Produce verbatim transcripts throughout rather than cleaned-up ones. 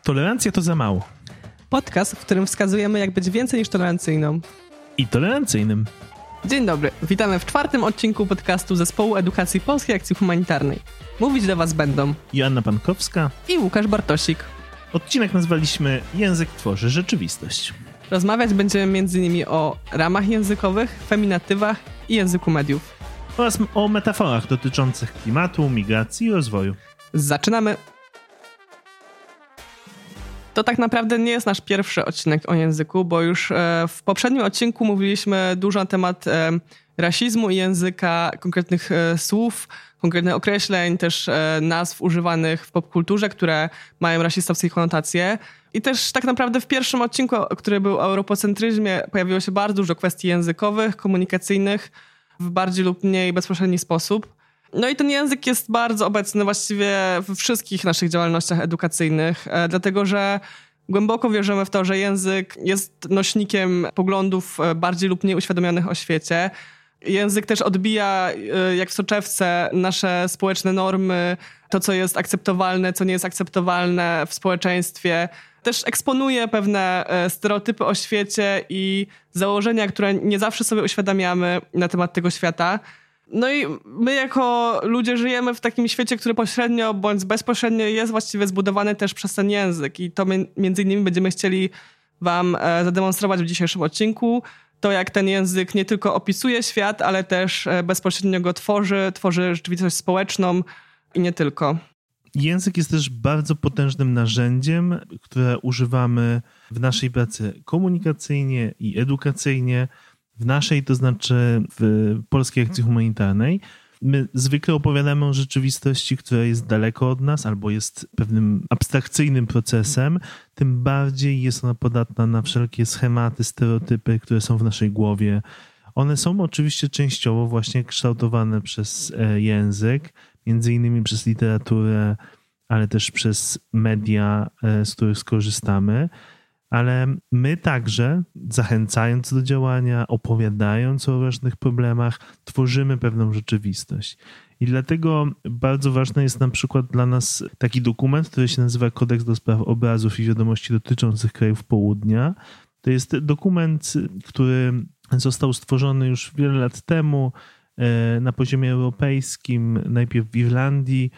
Tolerancja to za mało. Podcast, w którym wskazujemy, jak być więcej niż tolerancyjną. I tolerancyjnym. Dzień dobry, witamy w czwartym odcinku podcastu Zespołu Edukacji Polskiej Akcji Humanitarnej. Mówić do Was będą Joanna Pankowska i Łukasz Bartosik. Odcinek nazwaliśmy Język tworzy rzeczywistość. Rozmawiać będziemy m.in. o ramach językowych, feminatywach i języku mediów. Oraz o metaforach dotyczących klimatu, migracji i rozwoju. Zaczynamy! To tak naprawdę nie jest nasz pierwszy odcinek o języku, bo już w poprzednim odcinku mówiliśmy dużo na temat rasizmu i języka, konkretnych słów, konkretnych określeń, też nazw używanych w popkulturze, które mają rasistowskie konotacje. I też tak naprawdę w pierwszym odcinku, który był o europocentryzmie, pojawiło się bardzo dużo kwestii językowych, komunikacyjnych w bardziej lub mniej bezpośredni sposób. No i ten język jest bardzo obecny właściwie we wszystkich naszych działalnościach edukacyjnych, dlatego że głęboko wierzymy w to, że język jest nośnikiem poglądów bardziej lub mniej uświadomionych o świecie. Język też odbija, jak w soczewce, nasze społeczne normy, to, co jest akceptowalne, co nie jest akceptowalne w społeczeństwie. Też eksponuje pewne stereotypy o świecie i założenia, które nie zawsze sobie uświadamiamy na temat tego świata. No i my jako ludzie żyjemy w takim świecie, który pośrednio bądź bezpośrednio jest właściwie zbudowany też przez ten język. I to my między innymi będziemy chcieli wam zademonstrować w dzisiejszym odcinku. To, jak ten język nie tylko opisuje świat, ale też bezpośrednio go tworzy, tworzy rzeczywistość społeczną i nie tylko. Język jest też bardzo potężnym narzędziem, które używamy w naszej pracy komunikacyjnie i edukacyjnie. W naszej, to znaczy w Polskiej Akcji Humanitarnej. My zwykle opowiadamy o rzeczywistości, która jest daleko od nas albo jest pewnym abstrakcyjnym procesem, tym bardziej jest ona podatna na wszelkie schematy, stereotypy, które są w naszej głowie. One są oczywiście częściowo właśnie kształtowane przez język, między innymi przez literaturę, ale też przez media, z których skorzystamy. Ale my także, zachęcając do działania, opowiadając o różnych problemach, tworzymy pewną rzeczywistość. I dlatego bardzo ważny jest na przykład dla nas taki dokument, który się nazywa Kodeks do spraw obrazów i wiadomości dotyczących krajów południa. To jest dokument, który został stworzony już wiele lat temu na poziomie europejskim, najpierw w Irlandii,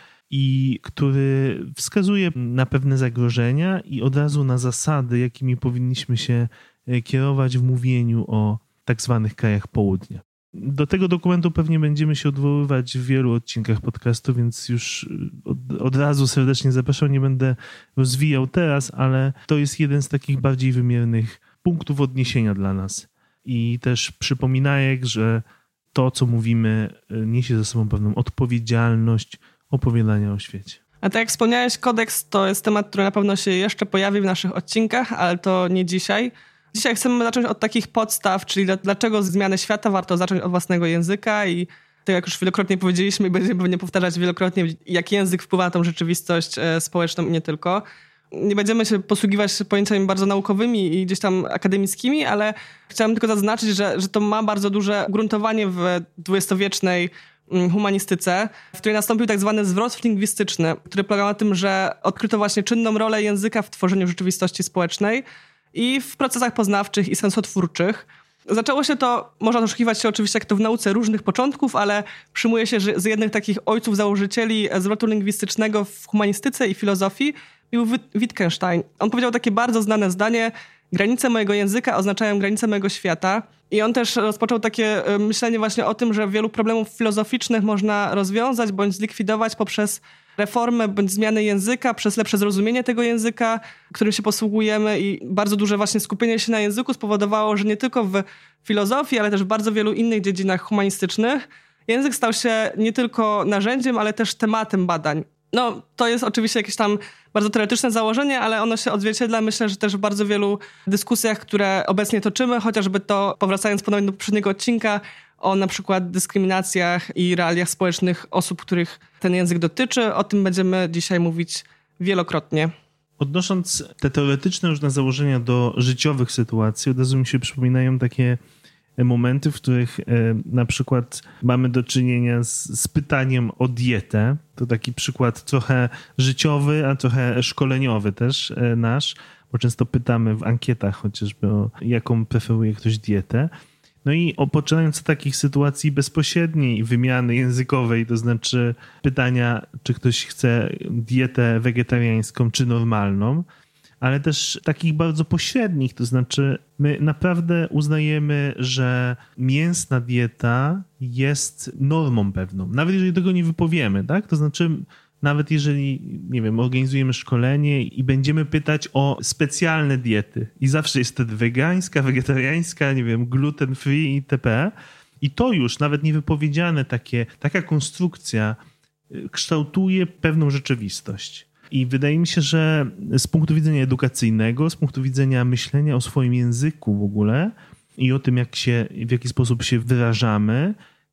i który wskazuje na pewne zagrożenia i od razu na zasady, jakimi powinniśmy się kierować w mówieniu o tak zwanych krajach południa. Do tego dokumentu pewnie będziemy się odwoływać w wielu odcinkach podcastu, więc już od, od razu serdecznie zapraszam, nie będę rozwijał teraz, ale to jest jeden z takich bardziej wymiernych punktów odniesienia dla nas. I też przypominajek, że to, co mówimy, niesie ze sobą pewną odpowiedzialność opowiadania o świecie. A tak jak wspomniałeś, kodeks to jest temat, który na pewno się jeszcze pojawi w naszych odcinkach, ale to nie dzisiaj. Dzisiaj chcemy zacząć od takich podstaw, czyli dlaczego zmiany świata warto zacząć od własnego języka i tak jak już wielokrotnie powiedzieliśmy i będziemy pewnie powtarzać wielokrotnie, jak język wpływa na tą rzeczywistość społeczną i nie tylko. Nie będziemy się posługiwać pojęciami bardzo naukowymi i gdzieś tam akademickimi, ale chciałem tylko zaznaczyć, że, że to ma bardzo duże ugruntowanie w dwudziestowiecznej humanistyce, w której nastąpił tak zwany zwrot lingwistyczny, który polegał na tym, że odkryto właśnie czynną rolę języka w tworzeniu rzeczywistości społecznej i w procesach poznawczych i sensotwórczych. Zaczęło się to, można doszukiwać się oczywiście jak to w nauce różnych początków, ale przyjmuje się, że z jednych takich ojców założycieli zwrotu lingwistycznego w humanistyce i filozofii był Wittgenstein. On powiedział takie bardzo znane zdanie: granice mojego języka oznaczają granice mojego świata. I on też rozpoczął takie myślenie właśnie o tym, że wielu problemów filozoficznych można rozwiązać bądź zlikwidować poprzez reformę bądź zmianę języka, przez lepsze zrozumienie tego języka, którym się posługujemy, i bardzo duże właśnie skupienie się na języku spowodowało, że nie tylko w filozofii, ale też w bardzo wielu innych dziedzinach humanistycznych język stał się nie tylko narzędziem, ale też tematem badań. No, to jest oczywiście jakieś tam bardzo teoretyczne założenie, ale ono się odzwierciedla, myślę, że też w bardzo wielu dyskusjach, które obecnie toczymy, chociażby to, powracając ponownie do poprzedniego odcinka, o na przykład dyskryminacjach i realiach społecznych osób, których ten język dotyczy. O tym będziemy dzisiaj mówić wielokrotnie. Odnosząc te teoretyczne różne założenia do życiowych sytuacji, od razu mi się przypominają takie momenty, w których na przykład mamy do czynienia z, z pytaniem o dietę. To taki przykład trochę życiowy, a trochę szkoleniowy też nasz, bo często pytamy w ankietach chociażby o jaką preferuje ktoś dietę. No i poczynając od takich sytuacji bezpośredniej wymiany językowej, to znaczy pytania, czy ktoś chce dietę wegetariańską, czy normalną, ale też takich bardzo pośrednich, to znaczy my naprawdę uznajemy, że mięsna dieta jest normą pewną, nawet jeżeli tego nie wypowiemy, tak? To znaczy nawet jeżeli, nie wiem, organizujemy szkolenie i będziemy pytać o specjalne diety i zawsze jest wtedy wegańska, wegetariańska, nie wiem, gluten free itp. I to już nawet niewypowiedziane takie, taka konstrukcja kształtuje pewną rzeczywistość. I wydaje mi się, że z punktu widzenia edukacyjnego, z punktu widzenia myślenia o swoim języku w ogóle i o tym, jak się, w jaki sposób się wyrażamy,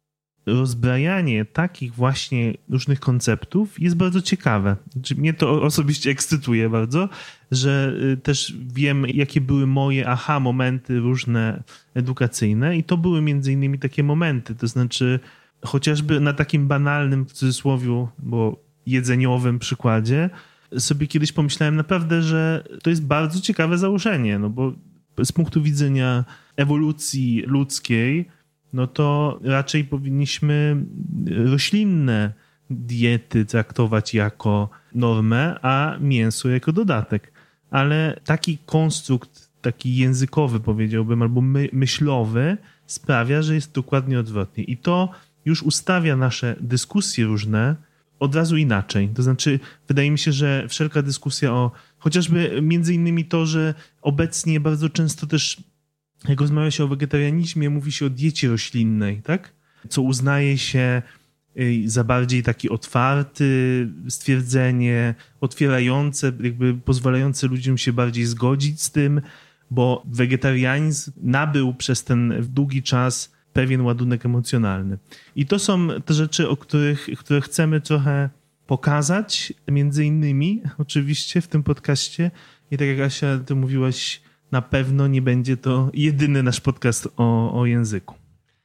rozbrajanie takich właśnie różnych konceptów jest bardzo ciekawe. Znaczy, mnie to osobiście ekscytuje bardzo, że też wiem, jakie były moje aha momenty różne edukacyjne i to były między innymi takie momenty, to znaczy chociażby na takim banalnym w cudzysłowie, bo jedzeniowym przykładzie sobie kiedyś pomyślałem naprawdę, że to jest bardzo ciekawe założenie, no bo z punktu widzenia ewolucji ludzkiej, no to raczej powinniśmy roślinne diety traktować jako normę, a mięso jako dodatek. Ale taki konstrukt, taki językowy powiedziałbym, albo my, myślowy sprawia, że jest dokładnie odwrotnie. I to już ustawia nasze dyskusje różne od razu inaczej. To znaczy, wydaje mi się, że wszelka dyskusja o chociażby między innymi to, że obecnie bardzo często też jak rozmawia się o wegetarianizmie, mówi się o diecie roślinnej, tak? Co uznaje się za bardziej taki otwarty stwierdzenie, otwierające, jakby pozwalające ludziom się bardziej zgodzić z tym, bo wegetarianizm nabył przez ten długi czas pewien ładunek emocjonalny. I to są te rzeczy, o których, które chcemy trochę pokazać, między innymi oczywiście w tym podcaście. I tak jak Asia, ty mówiłaś, na pewno nie będzie to jedyny nasz podcast o, o języku.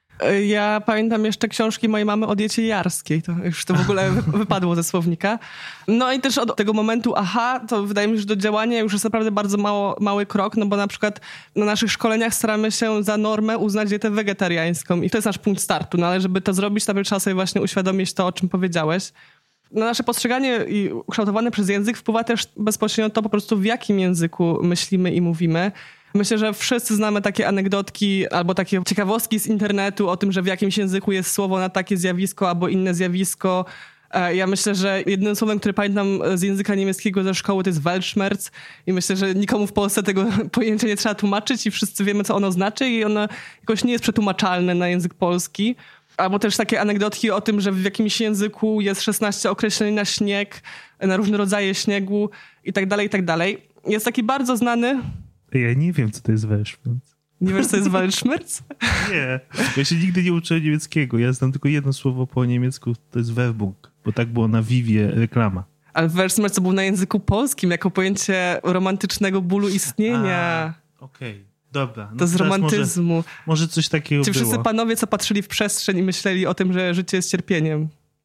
Ja pamiętam jeszcze książki mojej mamy o diecie jarskiej. To już to w ogóle wypadło ze słownika. No i też od tego momentu aha, to wydaje mi się, że do działania już jest naprawdę bardzo mało, mały krok, no bo na przykład na naszych szkoleniach staramy się za normę uznać dietę wegetariańską i to jest nasz punkt startu, no ale żeby to zrobić, to trzeba sobie właśnie uświadomić to, o czym powiedziałeś. No nasze postrzeganie i ukształtowane przez język wpływa też bezpośrednio to po prostu, w jakim języku myślimy i mówimy. Myślę, że wszyscy znamy takie anegdotki albo takie ciekawostki z internetu o tym, że w jakimś języku jest słowo na takie zjawisko albo inne zjawisko. Ja myślę, że jedynym słowem, które pamiętam z języka niemieckiego ze szkoły, to jest Weltschmerz i myślę, że nikomu w Polsce tego pojęcia nie trzeba tłumaczyć i wszyscy wiemy, co ono znaczy i ono jakoś nie jest przetłumaczalne na język polski. Albo też takie anegdotki o tym, że w jakimś języku jest szesnaście określeń na śnieg, na różne rodzaje śniegu i tak dalej, i tak dalej. Jest taki bardzo znany... Ja nie wiem, co to jest Weltschmerz. Nie wiesz, co jest Weltschmerz? Nie. Ja się nigdy nie uczyłem niemieckiego. Ja znam tylko jedno słowo po niemiecku, to jest Werbung, bo tak było na Vivie reklama. Ale Weltschmerz to był na języku polskim, jako pojęcie romantycznego bólu istnienia. Okej. Okay. Dobra. No to z romantyzmu. Może, może coś takiego Ci było. Wszyscy panowie, co patrzyli w przestrzeń i myśleli o tym, że życie jest cierpieniem.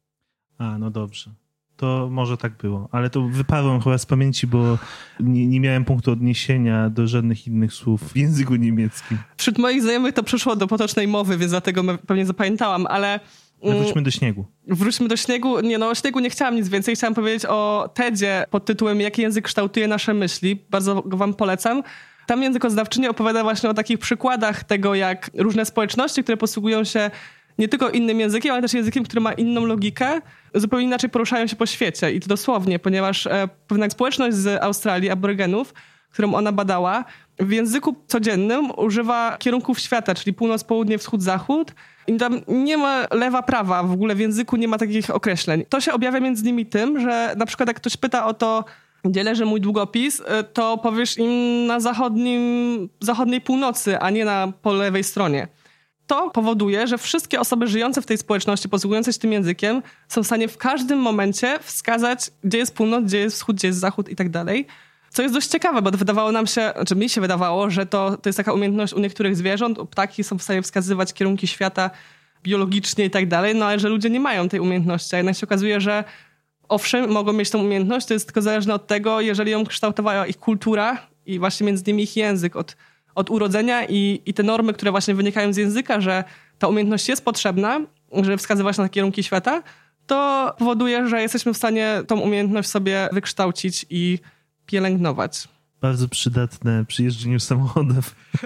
A, no dobrze. To może tak było. Ale to wypadłem chyba z pamięci, bo nie, nie miałem punktu odniesienia do żadnych innych słów w języku niemieckim. Wśród moich znajomych to przyszło do potocznej mowy, więc dlatego pewnie zapamiętałam, ale... ale wróćmy do śniegu. Wróćmy do śniegu. Nie, no o śniegu nie chciałam nic więcej. Chciałam powiedzieć o TEDzie pod tytułem Jaki język kształtuje nasze myśli. Bardzo go wam polecam. Tam językoznawczyni opowiada właśnie o takich przykładach tego, jak różne społeczności, które posługują się nie tylko innym językiem, ale też językiem, który ma inną logikę, zupełnie inaczej poruszają się po świecie. I to dosłownie, ponieważ e, pewna społeczność z Australii, aborygenów, którą ona badała, w języku codziennym używa kierunków świata, czyli północ, południe, wschód, zachód. I tam nie ma lewa, prawa, w ogóle w języku nie ma takich określeń. To się objawia między innymi tym, że na przykład jak ktoś pyta o to, gdzie leży mój długopis, to powiesz im na zachodnim, zachodniej północy, a nie na po lewej stronie. To powoduje, że wszystkie osoby żyjące w tej społeczności, posługujące się tym językiem, są w stanie w każdym momencie wskazać, gdzie jest północ, gdzie jest wschód, gdzie jest zachód i tak dalej. Co jest dość ciekawe, bo wydawało nam się, znaczy mi się wydawało, że to, to jest taka umiejętność u niektórych zwierząt, ptaki są w stanie wskazywać kierunki świata biologicznie i tak dalej, no ale że ludzie nie mają tej umiejętności. A jednak się okazuje, że owszem, mogą mieć tą umiejętność, to jest tylko zależne od tego, jeżeli ją kształtowała ich kultura i właśnie między nimi ich język od, od urodzenia i, i te normy, które właśnie wynikają z języka, że ta umiejętność jest potrzebna, żeby wskazywać na kierunki świata, to powoduje, że jesteśmy w stanie tą umiejętność sobie wykształcić i pielęgnować. Bardzo przydatne przy jeżdżeniu samochodem.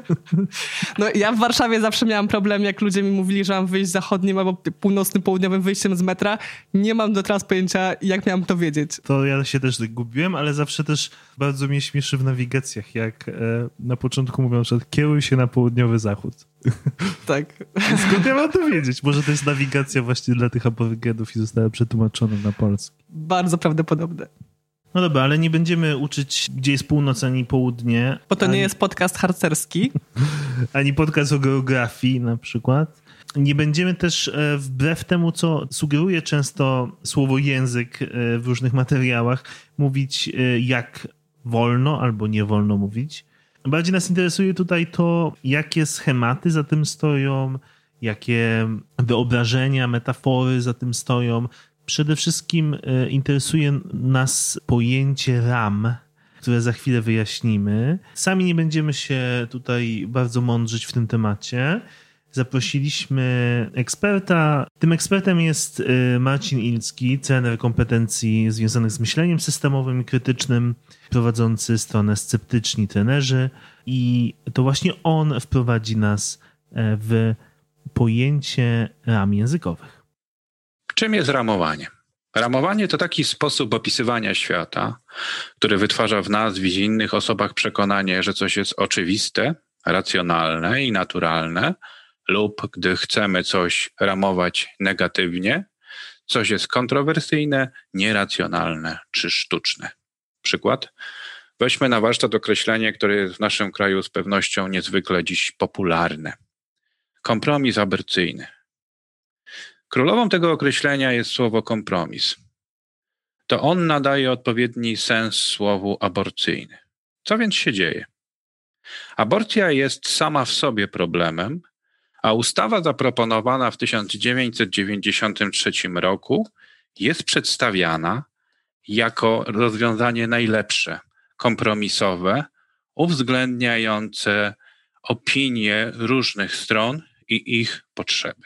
No ja w Warszawie zawsze miałam problem, jak ludzie mi mówili, że mam wyjść zachodnim albo północnym, południowym wyjściem z metra. Nie mam do teraz pojęcia, jak miałam to wiedzieć. To ja się też tak gubiłem, ale zawsze też bardzo mnie śmieszy w nawigacjach, jak e, na początku mówią, że kieruj się na południowy zachód. Tak. Skąd ja mam to wiedzieć? Może to jest nawigacja właśnie dla tych aborygenów i została przetłumaczona na polski. Bardzo prawdopodobne. No dobra, ale nie będziemy uczyć, gdzie jest północ, ani południe. Bo to ani, nie jest podcast harcerski. Ani podcast o geografii na przykład. Nie będziemy też, wbrew temu, co sugeruje często słowo język w różnych materiałach, mówić jak wolno albo nie wolno mówić. Bardziej nas interesuje tutaj to, jakie schematy za tym stoją, jakie wyobrażenia, metafory za tym stoją. Przede wszystkim interesuje nas pojęcie ram, które za chwilę wyjaśnimy. Sami nie będziemy się tutaj bardzo mądrzyć w tym temacie. Zaprosiliśmy eksperta. Tym ekspertem jest Marcin Ilski, trener kompetencji związanych z myśleniem systemowym i krytycznym, prowadzący stronę Sceptyczni Trenerzy. I to właśnie on wprowadzi nas w pojęcie ram językowych. Czym jest ramowanie? Ramowanie to taki sposób opisywania świata, który wytwarza w nas, w innych osobach przekonanie, że coś jest oczywiste, racjonalne i naturalne, lub gdy chcemy coś ramować negatywnie, coś jest kontrowersyjne, nieracjonalne czy sztuczne. Przykład? Weźmy na warsztat określenie, które jest w naszym kraju z pewnością niezwykle dziś popularne. Kompromis aborcyjny. Królową tego określenia jest słowo kompromis. To on nadaje odpowiedni sens słowu aborcyjny. Co więc się dzieje? Aborcja jest sama w sobie problemem, a ustawa zaproponowana w tysiąc dziewięćset dziewięćdziesiątym trzecim roku jest przedstawiana jako rozwiązanie najlepsze, kompromisowe, uwzględniające opinie różnych stron i ich potrzeby.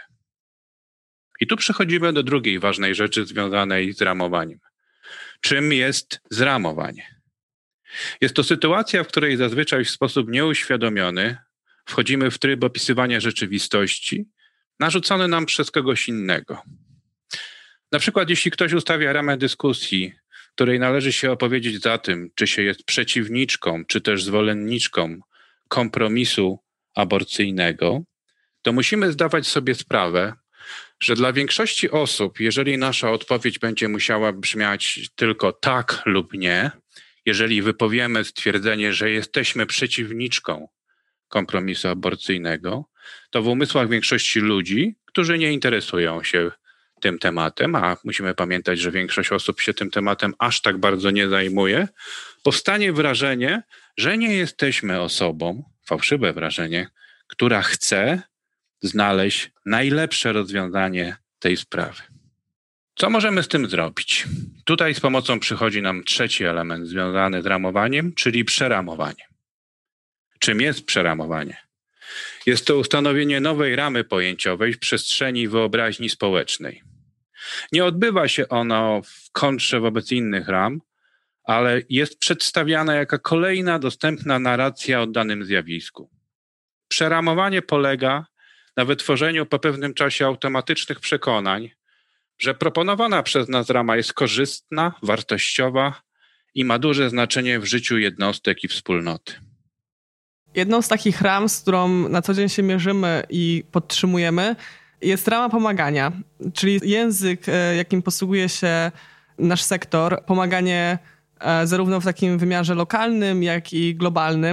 I tu przechodzimy do drugiej ważnej rzeczy związanej z ramowaniem. Czym jest zramowanie? Jest to sytuacja, w której zazwyczaj w sposób nieuświadomiony wchodzimy w tryb opisywania rzeczywistości narzucony nam przez kogoś innego. Na przykład jeśli ktoś ustawia ramę dyskusji, w której należy się opowiedzieć za tym, czy się jest przeciwniczką, czy też zwolenniczką kompromisu aborcyjnego, to musimy zdawać sobie sprawę, że dla większości osób, jeżeli nasza odpowiedź będzie musiała brzmiać tylko tak lub nie, jeżeli wypowiemy stwierdzenie, że jesteśmy przeciwniczką kompromisu aborcyjnego, to w umysłach większości ludzi, którzy nie interesują się tym tematem, a musimy pamiętać, że większość osób się tym tematem aż tak bardzo nie zajmuje, powstanie wrażenie, że nie jesteśmy osobą, fałszywe wrażenie, która chce znaleźć najlepsze rozwiązanie tej sprawy. Co możemy z tym zrobić? Tutaj z pomocą przychodzi nam trzeci element związany z ramowaniem, czyli przeramowanie. Czym jest przeramowanie? Jest to ustanowienie nowej ramy pojęciowej w przestrzeni wyobraźni społecznej. Nie odbywa się ono w kontrze wobec innych ram, ale jest przedstawiana jako kolejna dostępna narracja o danym zjawisku. Przeramowanie polega na wytworzeniu po pewnym czasie automatycznych przekonań, że proponowana przez nas rama jest korzystna, wartościowa i ma duże znaczenie w życiu jednostek i wspólnoty. Jedną z takich ram, z którą na co dzień się mierzymy i podtrzymujemy, jest rama pomagania, czyli język, jakim posługuje się nasz sektor, pomaganie zarówno w takim wymiarze lokalnym, jak i globalnym.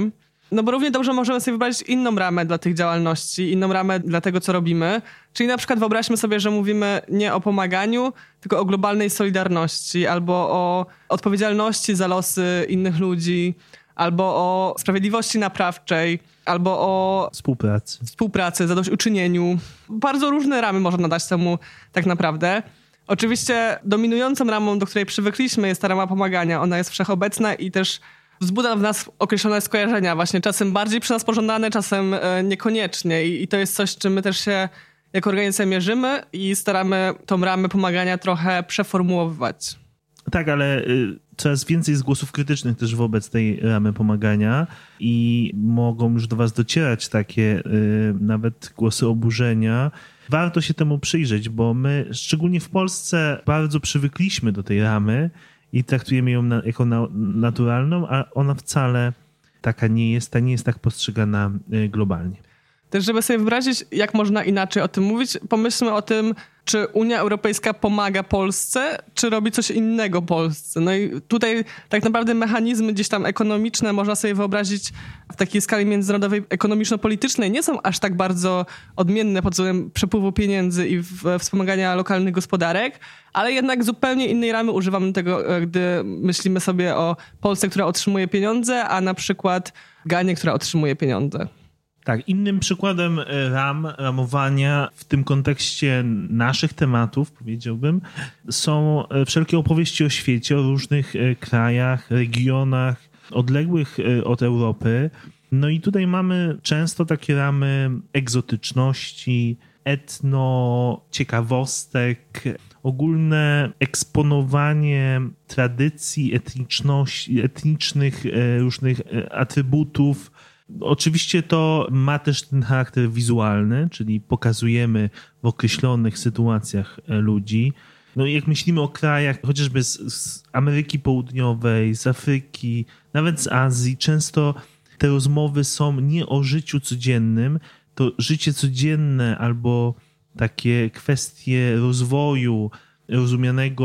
No bo równie dobrze możemy sobie wybrać inną ramę dla tych działalności, inną ramę dla tego, co robimy. Czyli na przykład wyobraźmy sobie, że mówimy nie o pomaganiu, tylko o globalnej solidarności albo o odpowiedzialności za losy innych ludzi, albo o sprawiedliwości naprawczej, albo o współpracy, współpracy, zadośćuczynieniu. Bardzo różne ramy można nadać temu tak naprawdę. Oczywiście dominującą ramą, do której przywykliśmy, jest ta rama pomagania. Ona jest wszechobecna i też wzbudza w nas określone skojarzenia, właśnie czasem bardziej przez nas pożądane, czasem niekoniecznie. I, i to jest coś, czym my też się jako organizacja mierzymy i staramy tą ramę pomagania trochę przeformułowywać. Tak, ale y, coraz więcej jest głosów krytycznych też wobec tej ramy pomagania i mogą już do was docierać takie y, nawet głosy oburzenia. Warto się temu przyjrzeć, bo my, szczególnie w Polsce, bardzo przywykliśmy do tej ramy i traktujemy ją na, jako na, naturalną, a ona wcale taka nie jest, ta nie jest tak postrzegana y, globalnie. Też, żeby sobie wyobrazić, jak można inaczej o tym mówić, pomyślmy o tym, czy Unia Europejska pomaga Polsce, czy robi coś innego Polsce. No i tutaj tak naprawdę mechanizmy gdzieś tam ekonomiczne można sobie wyobrazić w takiej skali międzynarodowej ekonomiczno-politycznej nie są aż tak bardzo odmienne pod względem przepływu pieniędzy i wspomagania lokalnych gospodarek, ale jednak zupełnie innej ramy używamy tego, gdy myślimy sobie o Polsce, która otrzymuje pieniądze, a na przykład Ganie, która otrzymuje pieniądze. Tak, innym przykładem ram, ramowania w tym kontekście naszych tematów, powiedziałbym, są wszelkie opowieści o świecie, o różnych krajach, regionach odległych od Europy. No i tutaj mamy często takie ramy egzotyczności, etno, ciekawostek, ogólne eksponowanie tradycji, etniczności, etnicznych różnych atrybutów. Oczywiście to ma też ten charakter wizualny, czyli pokazujemy w określonych sytuacjach ludzi. No i jak myślimy o krajach chociażby z, z Ameryki Południowej, z Afryki, nawet z Azji, często te rozmowy są nie o życiu codziennym, to życie codzienne albo takie kwestie rozwoju rozumianego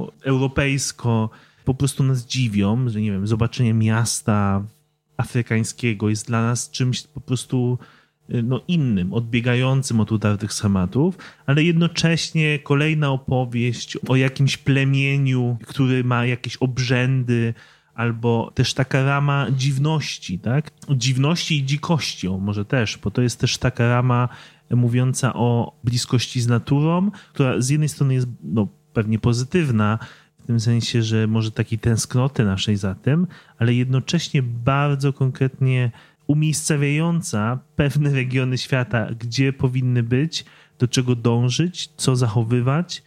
europejsko po prostu nas dziwią, że nie wiem, zobaczenie miasta afrykańskiego jest dla nas czymś po prostu no, innym, odbiegającym od utartych schematów, ale jednocześnie kolejna opowieść o jakimś plemieniu, który ma jakieś obrzędy, albo też taka rama dziwności, tak? Dziwności i dzikości, o, może też, bo to jest też taka rama mówiąca o bliskości z naturą, która z jednej strony jest no, pewnie pozytywna, w tym sensie, że może takiej tęsknoty naszej za tym, ale jednocześnie bardzo konkretnie umiejscawiająca pewne regiony świata, gdzie powinny być, do czego dążyć, co zachowywać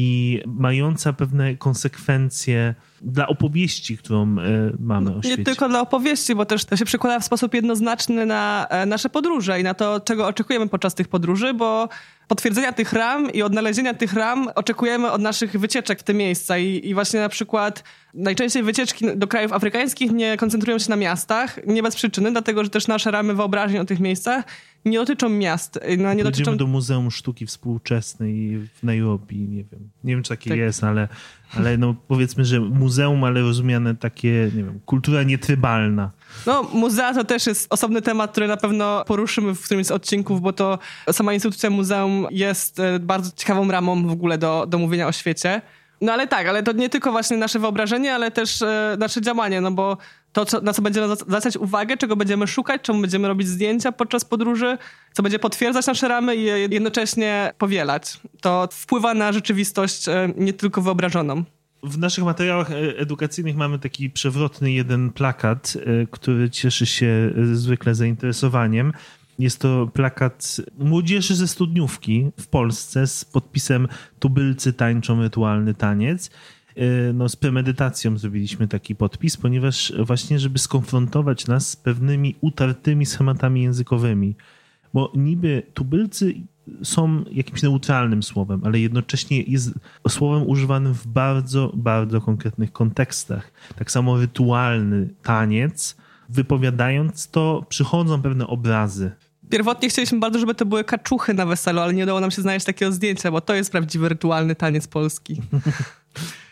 i mająca pewne konsekwencje dla opowieści, którą mamy o świecie. Nie tylko dla opowieści, bo też to się przekłada w sposób jednoznaczny na nasze podróże i na to, czego oczekujemy podczas tych podróży, bo potwierdzenia tych ram i odnalezienia tych ram oczekujemy od naszych wycieczek w te miejsca i, i właśnie na przykład najczęściej wycieczki do krajów afrykańskich nie koncentrują się na miastach, nie bez przyczyny, dlatego że też nasze ramy wyobraźni o tych miejscach nie dotyczą miast. No, nie dotyczą... dotyczą... do Muzeum Sztuki Współczesnej w Nairobi, nie wiem, nie wiem czy takie tak. jest, ale, ale no powiedzmy, że muzeum, ale rozumiane takie, nie wiem, kultura nietrybalna. No, muzea to też jest osobny temat, który na pewno poruszymy w którymś z odcinków, bo to sama instytucja muzeum jest bardzo ciekawą ramą w ogóle do, do mówienia o świecie. No ale tak, ale to nie tylko właśnie nasze wyobrażenie, ale też e, nasze działanie, no bo to, co, na co będziemy zwracać uwagę, czego będziemy szukać, czemu będziemy robić zdjęcia podczas podróży, co będzie potwierdzać nasze ramy i je jednocześnie powielać. To wpływa na rzeczywistość e, nie tylko wyobrażoną. W naszych materiałach edukacyjnych mamy taki przewrotny jeden plakat, który cieszy się zwykle zainteresowaniem. Jest to plakat młodzieży ze studniówki w Polsce z podpisem Tubylcy tańczą rytualny taniec. No, z premedytacją zrobiliśmy taki podpis, ponieważ właśnie, żeby skonfrontować nas z pewnymi utartymi schematami językowymi. Bo niby tubylcy są jakimś neutralnym słowem, ale jednocześnie jest słowem używanym w bardzo, bardzo konkretnych kontekstach. Tak samo rytualny taniec, wypowiadając to, przychodzą pewne obrazy. Pierwotnie chcieliśmy bardzo, żeby to były kaczuchy na weselu, ale nie udało nam się znaleźć takiego zdjęcia, bo to jest prawdziwy rytualny taniec polski.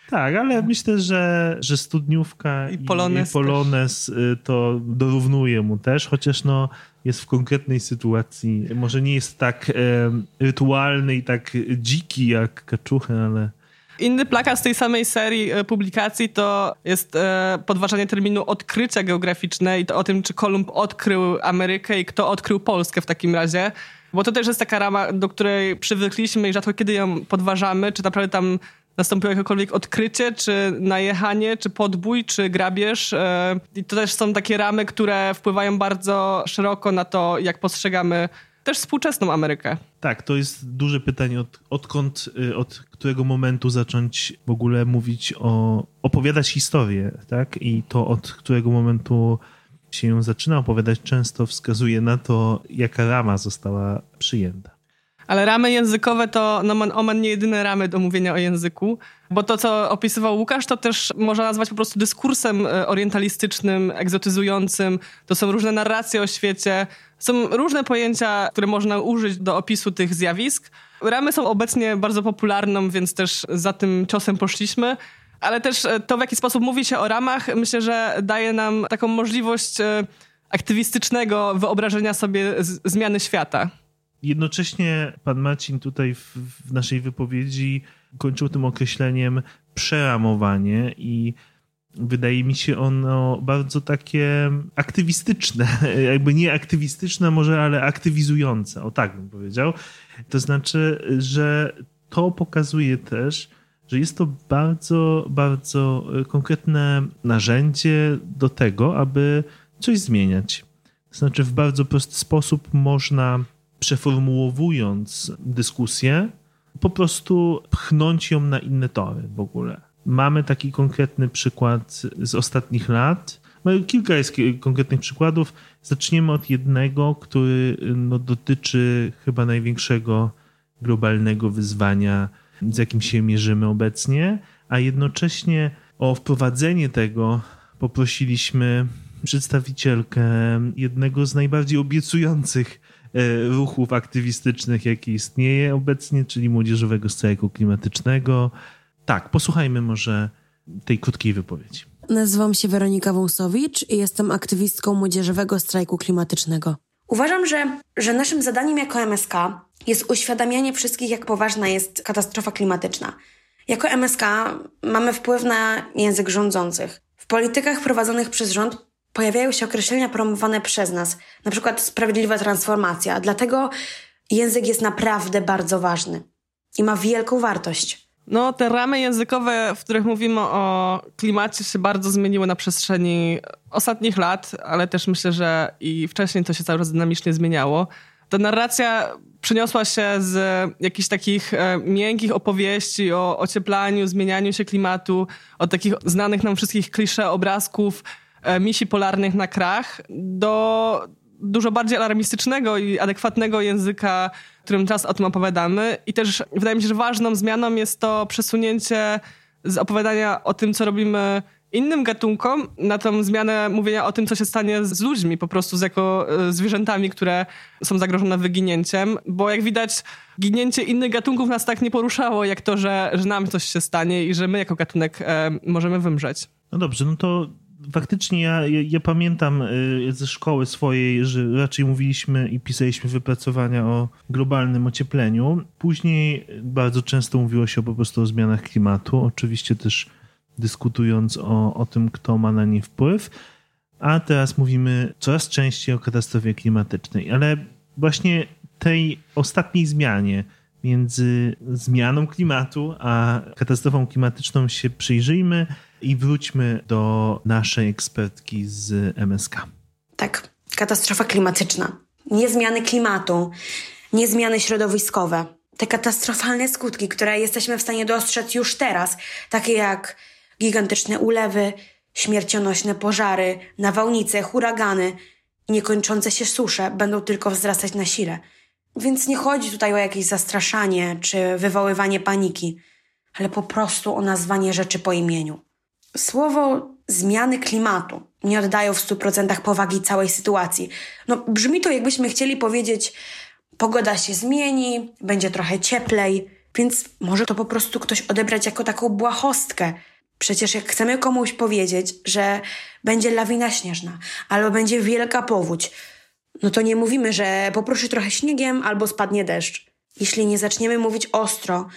Tak, ale myślę, że, że studniówka i Polonez, i Polonez to dorównuje mu też, chociaż no jest w konkretnej sytuacji. Może nie jest tak e, rytualny i tak dziki jak Kaczuchy, ale... Inny plakat z tej samej serii publikacji to jest e, podważanie terminu odkrycia geograficzne i to o tym, czy Kolumb odkrył Amerykę i kto odkrył Polskę w takim razie. Bo to też jest taka rama, do której przywykliśmy i rzadko kiedy ją podważamy, czy naprawdę tam nastąpiło jakiekolwiek odkrycie, czy najechanie, czy podbój, czy grabież. E, I to też są takie ramy, które wpływają bardzo szeroko na to, jak postrzegamy też współczesną Amerykę. Tak, to jest duże pytanie, od, odkąd, od którego momentu zacząć w ogóle mówić o, opowiadać historię, tak? I to od którego momentu się ją zaczyna opowiadać często wskazuje na to, jaka rama została przyjęta. Ale ramy językowe to nomen omen nie jedyne ramy do mówienia o języku, bo to, co opisywał Łukasz, to też można nazwać po prostu dyskursem orientalistycznym, egzotyzującym. To są różne narracje o świecie, są różne pojęcia, które można użyć do opisu tych zjawisk. Ramy są obecnie bardzo popularną, więc też za tym ciosem poszliśmy, ale też to, w jaki sposób mówi się o ramach, myślę, że daje nam taką możliwość aktywistycznego wyobrażenia sobie z- zmiany świata. Jednocześnie pan Marcin tutaj w, w naszej wypowiedzi kończył tym określeniem przeramowanie i wydaje mi się ono bardzo takie aktywistyczne, jakby nie aktywistyczne może, ale aktywizujące, o tak bym powiedział. To znaczy, że to pokazuje też, że jest to bardzo, bardzo konkretne narzędzie do tego, aby coś zmieniać. To znaczy w bardzo prosty sposób można, przeformułowując dyskusję, po prostu pchnąć ją na inne tory w ogóle. Mamy taki konkretny przykład z ostatnich lat. Kilka jest konkretnych przykładów. Zaczniemy od jednego, który no, dotyczy chyba największego globalnego wyzwania, z jakim się mierzymy obecnie, a jednocześnie o wprowadzenie tego poprosiliśmy przedstawicielkę jednego z najbardziej obiecujących ruchów aktywistycznych, jakie istnieje obecnie, czyli Młodzieżowego Strajku Klimatycznego. Tak, posłuchajmy może tej krótkiej wypowiedzi. Nazywam się Weronika Wąsowicz i jestem aktywistką Młodzieżowego Strajku Klimatycznego. Uważam, że, że naszym zadaniem jako M S K jest uświadamianie wszystkich, jak poważna jest katastrofa klimatyczna. Jako M S K mamy wpływ na język rządzących. W politykach prowadzonych przez rząd pojawiają się określenia promowane przez nas, na przykład sprawiedliwa transformacja. Dlatego język jest naprawdę bardzo ważny i ma wielką wartość. No, te ramy językowe, w których mówimy o klimacie, się bardzo zmieniły na przestrzeni ostatnich lat, ale też myślę, że i wcześniej to się cały czas dynamicznie zmieniało. Ta narracja przeniosła się z jakichś takich e, miękkich opowieści o ocieplaniu, zmienianiu się klimatu, od takich znanych nam wszystkich klisze obrazków e, misi polarnych na krach, do dużo bardziej alarmistycznego i adekwatnego języka, którym czas o tym opowiadamy. I też wydaje mi się, że ważną zmianą jest to przesunięcie z opowiadania o tym, co robimy innym gatunkom, na tą zmianę mówienia o tym, co się stanie z ludźmi, po prostu z jako zwierzętami, które są zagrożone wyginięciem. Bo jak widać, ginięcie innych gatunków nas tak nie poruszało, jak to, że, że nam coś się stanie i że my jako gatunek e, możemy wymrzeć. No dobrze, no to faktycznie ja, ja, ja pamiętam ze szkoły swojej, że raczej mówiliśmy i pisaliśmy wypracowania o globalnym ociepleniu. Później bardzo często mówiło się po prostu o zmianach klimatu, oczywiście też dyskutując o, o tym, kto ma na nie wpływ, a teraz mówimy coraz częściej o katastrofie klimatycznej, ale właśnie tej ostatniej zmianie między zmianą klimatu a katastrofą klimatyczną się przyjrzyjmy i wróćmy do naszej ekspertki z M S K. Tak, katastrofa klimatyczna. Nie zmiany klimatu, nie zmiany środowiskowe. Te katastrofalne skutki, które jesteśmy w stanie dostrzec już teraz, takie jak gigantyczne ulewy, śmiercionośne pożary, nawałnice, huragany i niekończące się susze będą tylko wzrastać na sile. Więc nie chodzi tutaj o jakieś zastraszanie czy wywoływanie paniki, ale po prostu o nazwanie rzeczy po imieniu. Słowo zmiany klimatu nie oddają w stu procentach powagi całej sytuacji. No, brzmi to, jakbyśmy chcieli powiedzieć: pogoda się zmieni, będzie trochę cieplej, Więc może to po prostu ktoś odebrać jako taką błahostkę. Przecież jak chcemy komuś powiedzieć, że będzie lawina śnieżna albo będzie wielka powódź, no to nie mówimy, że poproszy trochę śniegiem albo spadnie deszcz. Jeśli nie zaczniemy mówić ostro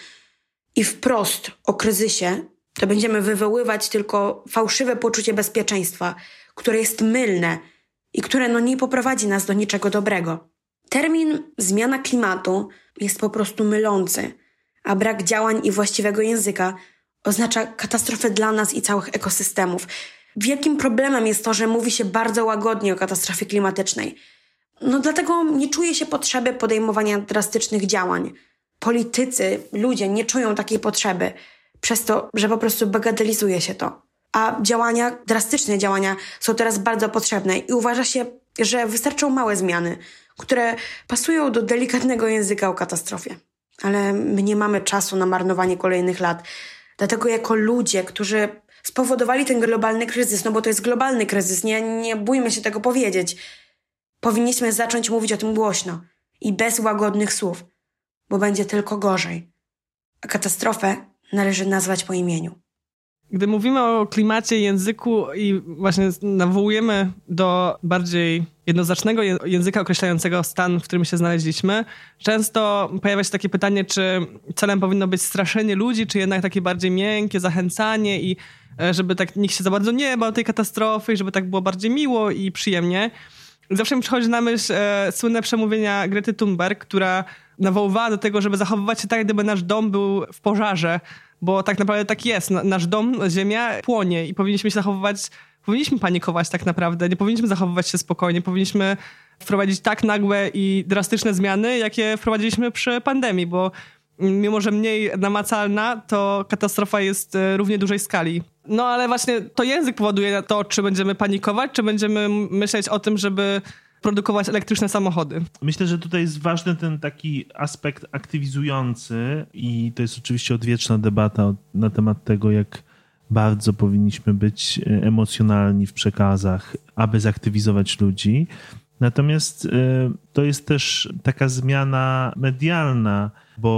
i wprost o kryzysie, to będziemy wywoływać tylko fałszywe poczucie bezpieczeństwa, które jest mylne i które no nie poprowadzi nas do niczego dobrego. Termin zmiana klimatu jest po prostu mylący, a brak działań i właściwego języka oznacza katastrofę dla nas i całych ekosystemów. Wielkim problemem jest to, że mówi się bardzo łagodnie o katastrofie klimatycznej. No dlatego nie czuje się potrzeby podejmowania drastycznych działań. Politycy, ludzie nie czują takiej potrzeby, przez to, że po prostu bagatelizuje się to. A działania, drastyczne działania są teraz bardzo potrzebne i uważa się, że wystarczą małe zmiany, które pasują do delikatnego języka o katastrofie. Ale my nie mamy czasu na marnowanie kolejnych lat. Dlatego jako ludzie, którzy spowodowali ten globalny kryzys, no bo to jest globalny kryzys, nie, nie bójmy się tego powiedzieć, powinniśmy zacząć mówić o tym głośno i bez łagodnych słów, bo będzie tylko gorzej. A katastrofę należy nazwać po imieniu. Gdy mówimy o klimacie, języku i właśnie nawołujemy do bardziej jednoznacznego języka określającego stan, w którym się znaleźliśmy, często pojawia się takie pytanie, czy celem powinno być straszenie ludzi, czy jednak takie bardziej miękkie zachęcanie i żeby tak nikt się za bardzo nie bał tej katastrofy, żeby tak było bardziej miło i przyjemnie. Zawsze mi przychodzi na myśl e, słynne przemówienia Grety Thunberg, która nawoływała do tego, żeby zachowywać się tak, gdyby nasz dom był w pożarze, bo tak naprawdę tak jest. Nasz dom, ziemia płonie i powinniśmy się zachowywać, powinniśmy panikować tak naprawdę, nie powinniśmy zachowywać się spokojnie, powinniśmy wprowadzić tak nagłe i drastyczne zmiany, jakie wprowadziliśmy przy pandemii, bo mimo że mniej namacalna, to katastrofa jest równie dużej skali. No ale właśnie to język powoduje to, czy będziemy panikować, czy będziemy myśleć o tym, żeby produkować elektryczne samochody. Myślę, że tutaj jest ważny ten taki aspekt aktywizujący i to jest oczywiście odwieczna debata na temat tego, jak bardzo powinniśmy być emocjonalni w przekazach, aby zaktywizować ludzi. Natomiast to jest też taka zmiana medialna,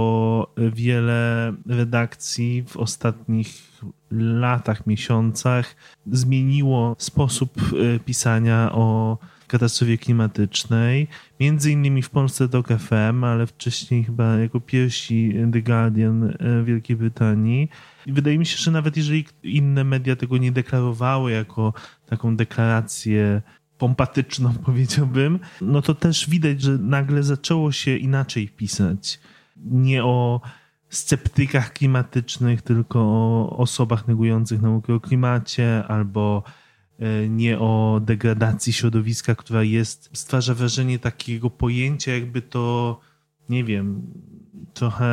bo wiele redakcji w ostatnich latach, miesiącach zmieniło sposób pisania o katastrofie klimatycznej. Między innymi w Polsce Tok F M, ale wcześniej chyba jako pierwsi The Guardian w Wielkiej Brytanii. I wydaje mi się, że nawet jeżeli inne media tego nie deklarowały jako taką deklarację pompatyczną, powiedziałbym, no to też widać, że nagle zaczęło się inaczej pisać. Nie o sceptykach klimatycznych, tylko o osobach negujących naukę o klimacie, albo nie o degradacji środowiska, która jest, stwarza wrażenie takiego pojęcia, jakby to, nie wiem, trochę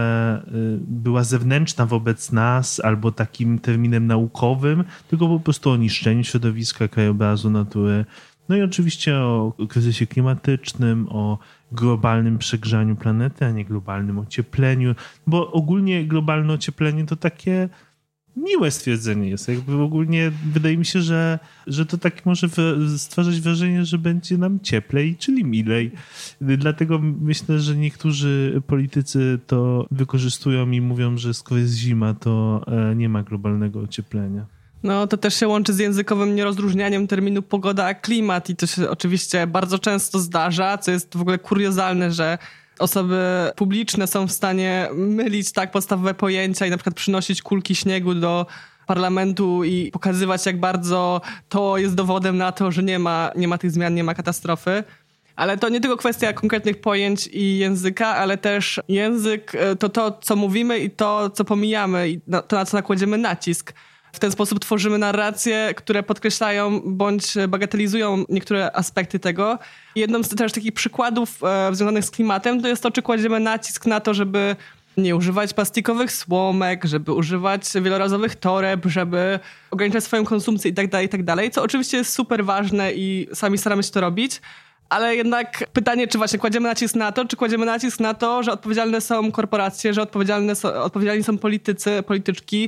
była zewnętrzna wobec nas, albo takim terminem naukowym, tylko po prostu o niszczeniu środowiska, krajobrazu, natury. No i oczywiście o kryzysie klimatycznym, o globalnym przegrzaniu planety, a nie globalnym ociepleniu, bo ogólnie globalne ocieplenie to takie miłe stwierdzenie jest. Jakby ogólnie wydaje mi się, że, że to tak może stwarzać wrażenie, że będzie nam cieplej, czyli milej. Dlatego myślę, że niektórzy politycy to wykorzystują i mówią, że skoro jest zima, to nie ma globalnego ocieplenia. No to też się łączy z językowym nierozróżnianiem terminu pogoda a klimat i to się oczywiście bardzo często zdarza, co jest w ogóle kuriozalne, że osoby publiczne są w stanie mylić tak podstawowe pojęcia i na przykład przynosić kulki śniegu do parlamentu i pokazywać, jak bardzo to jest dowodem na to, że nie ma, nie ma tych zmian, nie ma katastrofy. Ale to nie tylko kwestia konkretnych pojęć i języka, ale też język to to, co mówimy i to, co pomijamy i to, na co nakładziemy nacisk. W ten sposób tworzymy narracje, które podkreślają bądź bagatelizują niektóre aspekty tego. Jednym z też takich przykładów e, związanych z klimatem to jest to, czy kładziemy nacisk na to, żeby nie używać plastikowych słomek, żeby używać wielorazowych toreb, żeby ograniczać swoją konsumpcję itd., itd., co oczywiście jest super ważne i sami staramy się to robić. Ale jednak pytanie, czy właśnie kładziemy nacisk na to, czy kładziemy nacisk na to, że odpowiedzialne są korporacje, że odpowiedzialne są, odpowiedzialni są politycy, polityczki,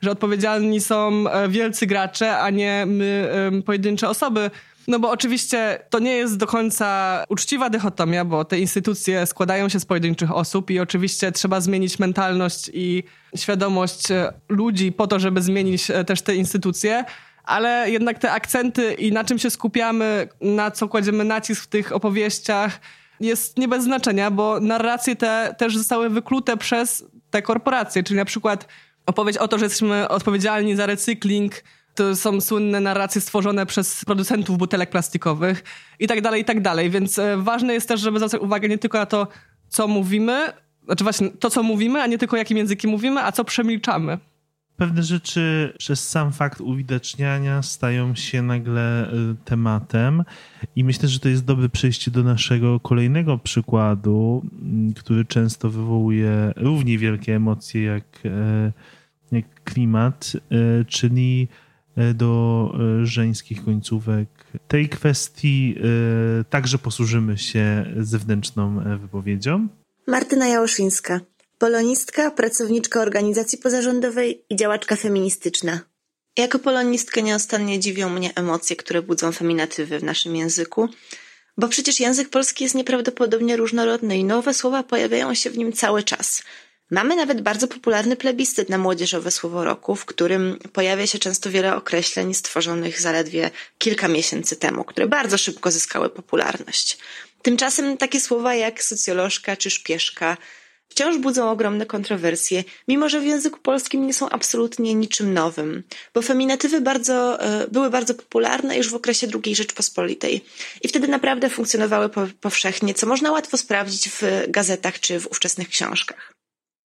że odpowiedzialni są wielcy gracze, a nie my, pojedyncze osoby. No bo oczywiście to nie jest do końca uczciwa dychotomia, bo te instytucje składają się z pojedynczych osób i oczywiście trzeba zmienić mentalność i świadomość ludzi po to, żeby zmienić też te instytucje, ale jednak te akcenty i na czym się skupiamy, na co kładziemy nacisk w tych opowieściach jest nie bez znaczenia, bo narracje te też zostały wyklute przez te korporacje, czyli na przykład opowieść o to, że jesteśmy odpowiedzialni za recykling. To są słynne narracje stworzone przez producentów butelek plastikowych i tak dalej, i tak dalej. Więc ważne jest też, żeby zwracać uwagę nie tylko na to, co mówimy, znaczy właśnie to, co mówimy, a nie tylko jakim językiem mówimy, a co przemilczamy. Pewne rzeczy przez sam fakt uwidaczniania stają się nagle tematem i myślę, że to jest dobre przejście do naszego kolejnego przykładu, który często wywołuje równie wielkie emocje jak, jak klimat, czyli do żeńskich końcówek. Tej kwestii także posłużymy się zewnętrzną wypowiedzią. Martyna Jałoszyńska, polonistka, pracowniczka organizacji pozarządowej i działaczka feministyczna. Jako polonistkę nieustannie dziwią mnie emocje, które budzą feminatywy w naszym języku, bo przecież język polski jest nieprawdopodobnie różnorodny i nowe słowa pojawiają się w nim cały czas. Mamy nawet bardzo popularny plebiscyt na młodzieżowe słowo roku, w którym pojawia się często wiele określeń stworzonych zaledwie kilka miesięcy temu, które bardzo szybko zyskały popularność. Tymczasem takie słowa jak socjolożka czy szpieszka wciąż budzą ogromne kontrowersje, mimo że w języku polskim nie są absolutnie niczym nowym, bo feminatywy bardzo, były bardzo popularne już w okresie drugiej Rzeczpospolitej i wtedy naprawdę funkcjonowały powszechnie, co można łatwo sprawdzić w gazetach czy w ówczesnych książkach.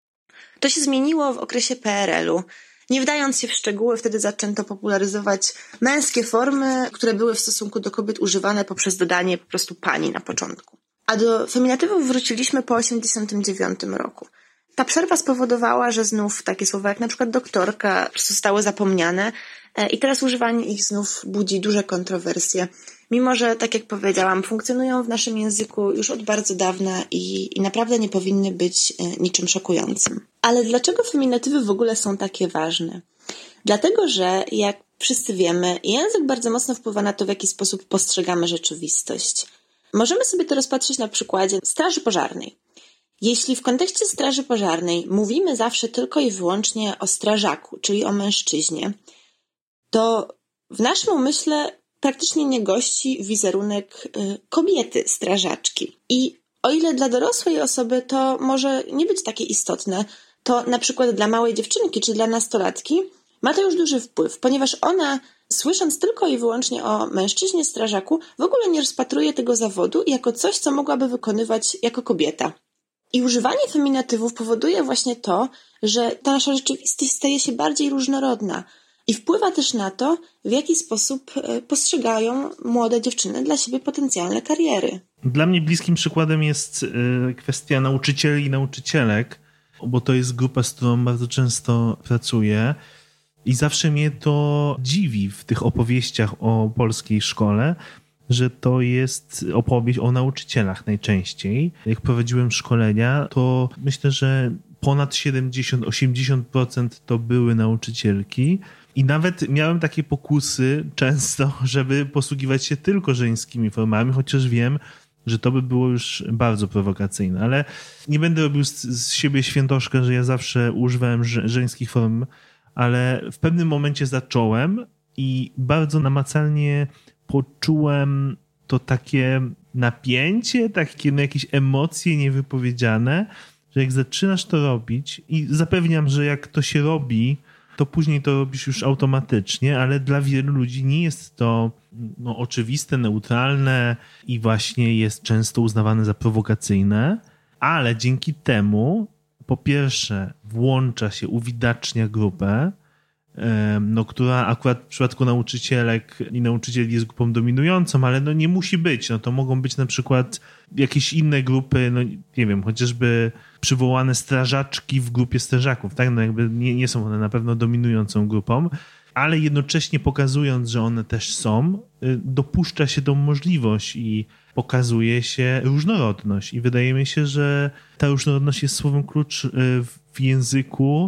To się zmieniło w okresie P R L-u. Nie wdając się w szczegóły, wtedy zaczęto popularyzować męskie formy, które były w stosunku do kobiet używane poprzez dodanie po prostu pani na początku. A do feminatywów wróciliśmy po osiemdziesiątym dziewiątym roku. Ta przerwa spowodowała, że znów takie słowa jak na przykład doktorka zostały zapomniane i teraz używanie ich znów budzi duże kontrowersje. Mimo że, tak jak powiedziałam, funkcjonują w naszym języku już od bardzo dawna i, i naprawdę nie powinny być niczym szokującym. Ale dlaczego feminatywy w ogóle są takie ważne? Dlatego, że jak wszyscy wiemy, język bardzo mocno wpływa na to, w jaki sposób postrzegamy rzeczywistość. Możemy sobie to rozpatrzeć na przykładzie Straży Pożarnej. Jeśli w kontekście Straży Pożarnej mówimy zawsze tylko i wyłącznie o strażaku, czyli o mężczyźnie, to w naszym umyśle praktycznie nie gości wizerunek kobiety strażaczki. I o ile dla dorosłej osoby to może nie być takie istotne, to na przykład dla małej dziewczynki czy dla nastolatki ma to już duży wpływ, ponieważ ona, słysząc tylko i wyłącznie o mężczyźnie strażaku, w ogóle nie rozpatruje tego zawodu jako coś, co mogłaby wykonywać jako kobieta. I używanie feminatywów powoduje właśnie to, że ta nasza rzeczywistość staje się bardziej różnorodna i wpływa też na to, w jaki sposób postrzegają młode dziewczyny dla siebie potencjalne kariery. Dla mnie bliskim przykładem jest kwestia nauczycieli i nauczycielek, bo to jest grupa, z którą bardzo często pracuję i zawsze mnie to dziwi w tych opowieściach o polskiej szkole, że to jest opowieść o nauczycielach najczęściej. Jak prowadziłem szkolenia, to myślę, że ponad siedemdziesiąt do osiemdziesięciu procent to były nauczycielki. I nawet miałem takie pokusy często, żeby posługiwać się tylko żeńskimi formami, chociaż wiem, że to by było już bardzo prowokacyjne. Ale nie będę robił z, z siebie świętoszka, że ja zawsze używałem ż- żeńskich form, ale w pewnym momencie zacząłem i bardzo namacalnie poczułem to takie napięcie, takie no, jakieś emocje niewypowiedziane, że jak zaczynasz to robić i zapewniam, że jak to się robi, to później to robisz już automatycznie, ale dla wielu ludzi nie jest to no, oczywiste, neutralne i właśnie jest często uznawane za prowokacyjne, ale dzięki temu po pierwsze włącza się, uwidacznia grupę, no, która akurat w przypadku nauczycielek i nauczycieli jest grupą dominującą, ale no nie musi być. No, to mogą być na przykład jakieś inne grupy, no nie wiem, chociażby przywołane strażaczki w grupie strażaków, tak? No jakby nie, nie są one na pewno dominującą grupą, ale jednocześnie pokazując, że one też są, dopuszcza się tą możliwość i pokazuje się różnorodność. I wydaje mi się, że ta różnorodność jest słowem klucz w języku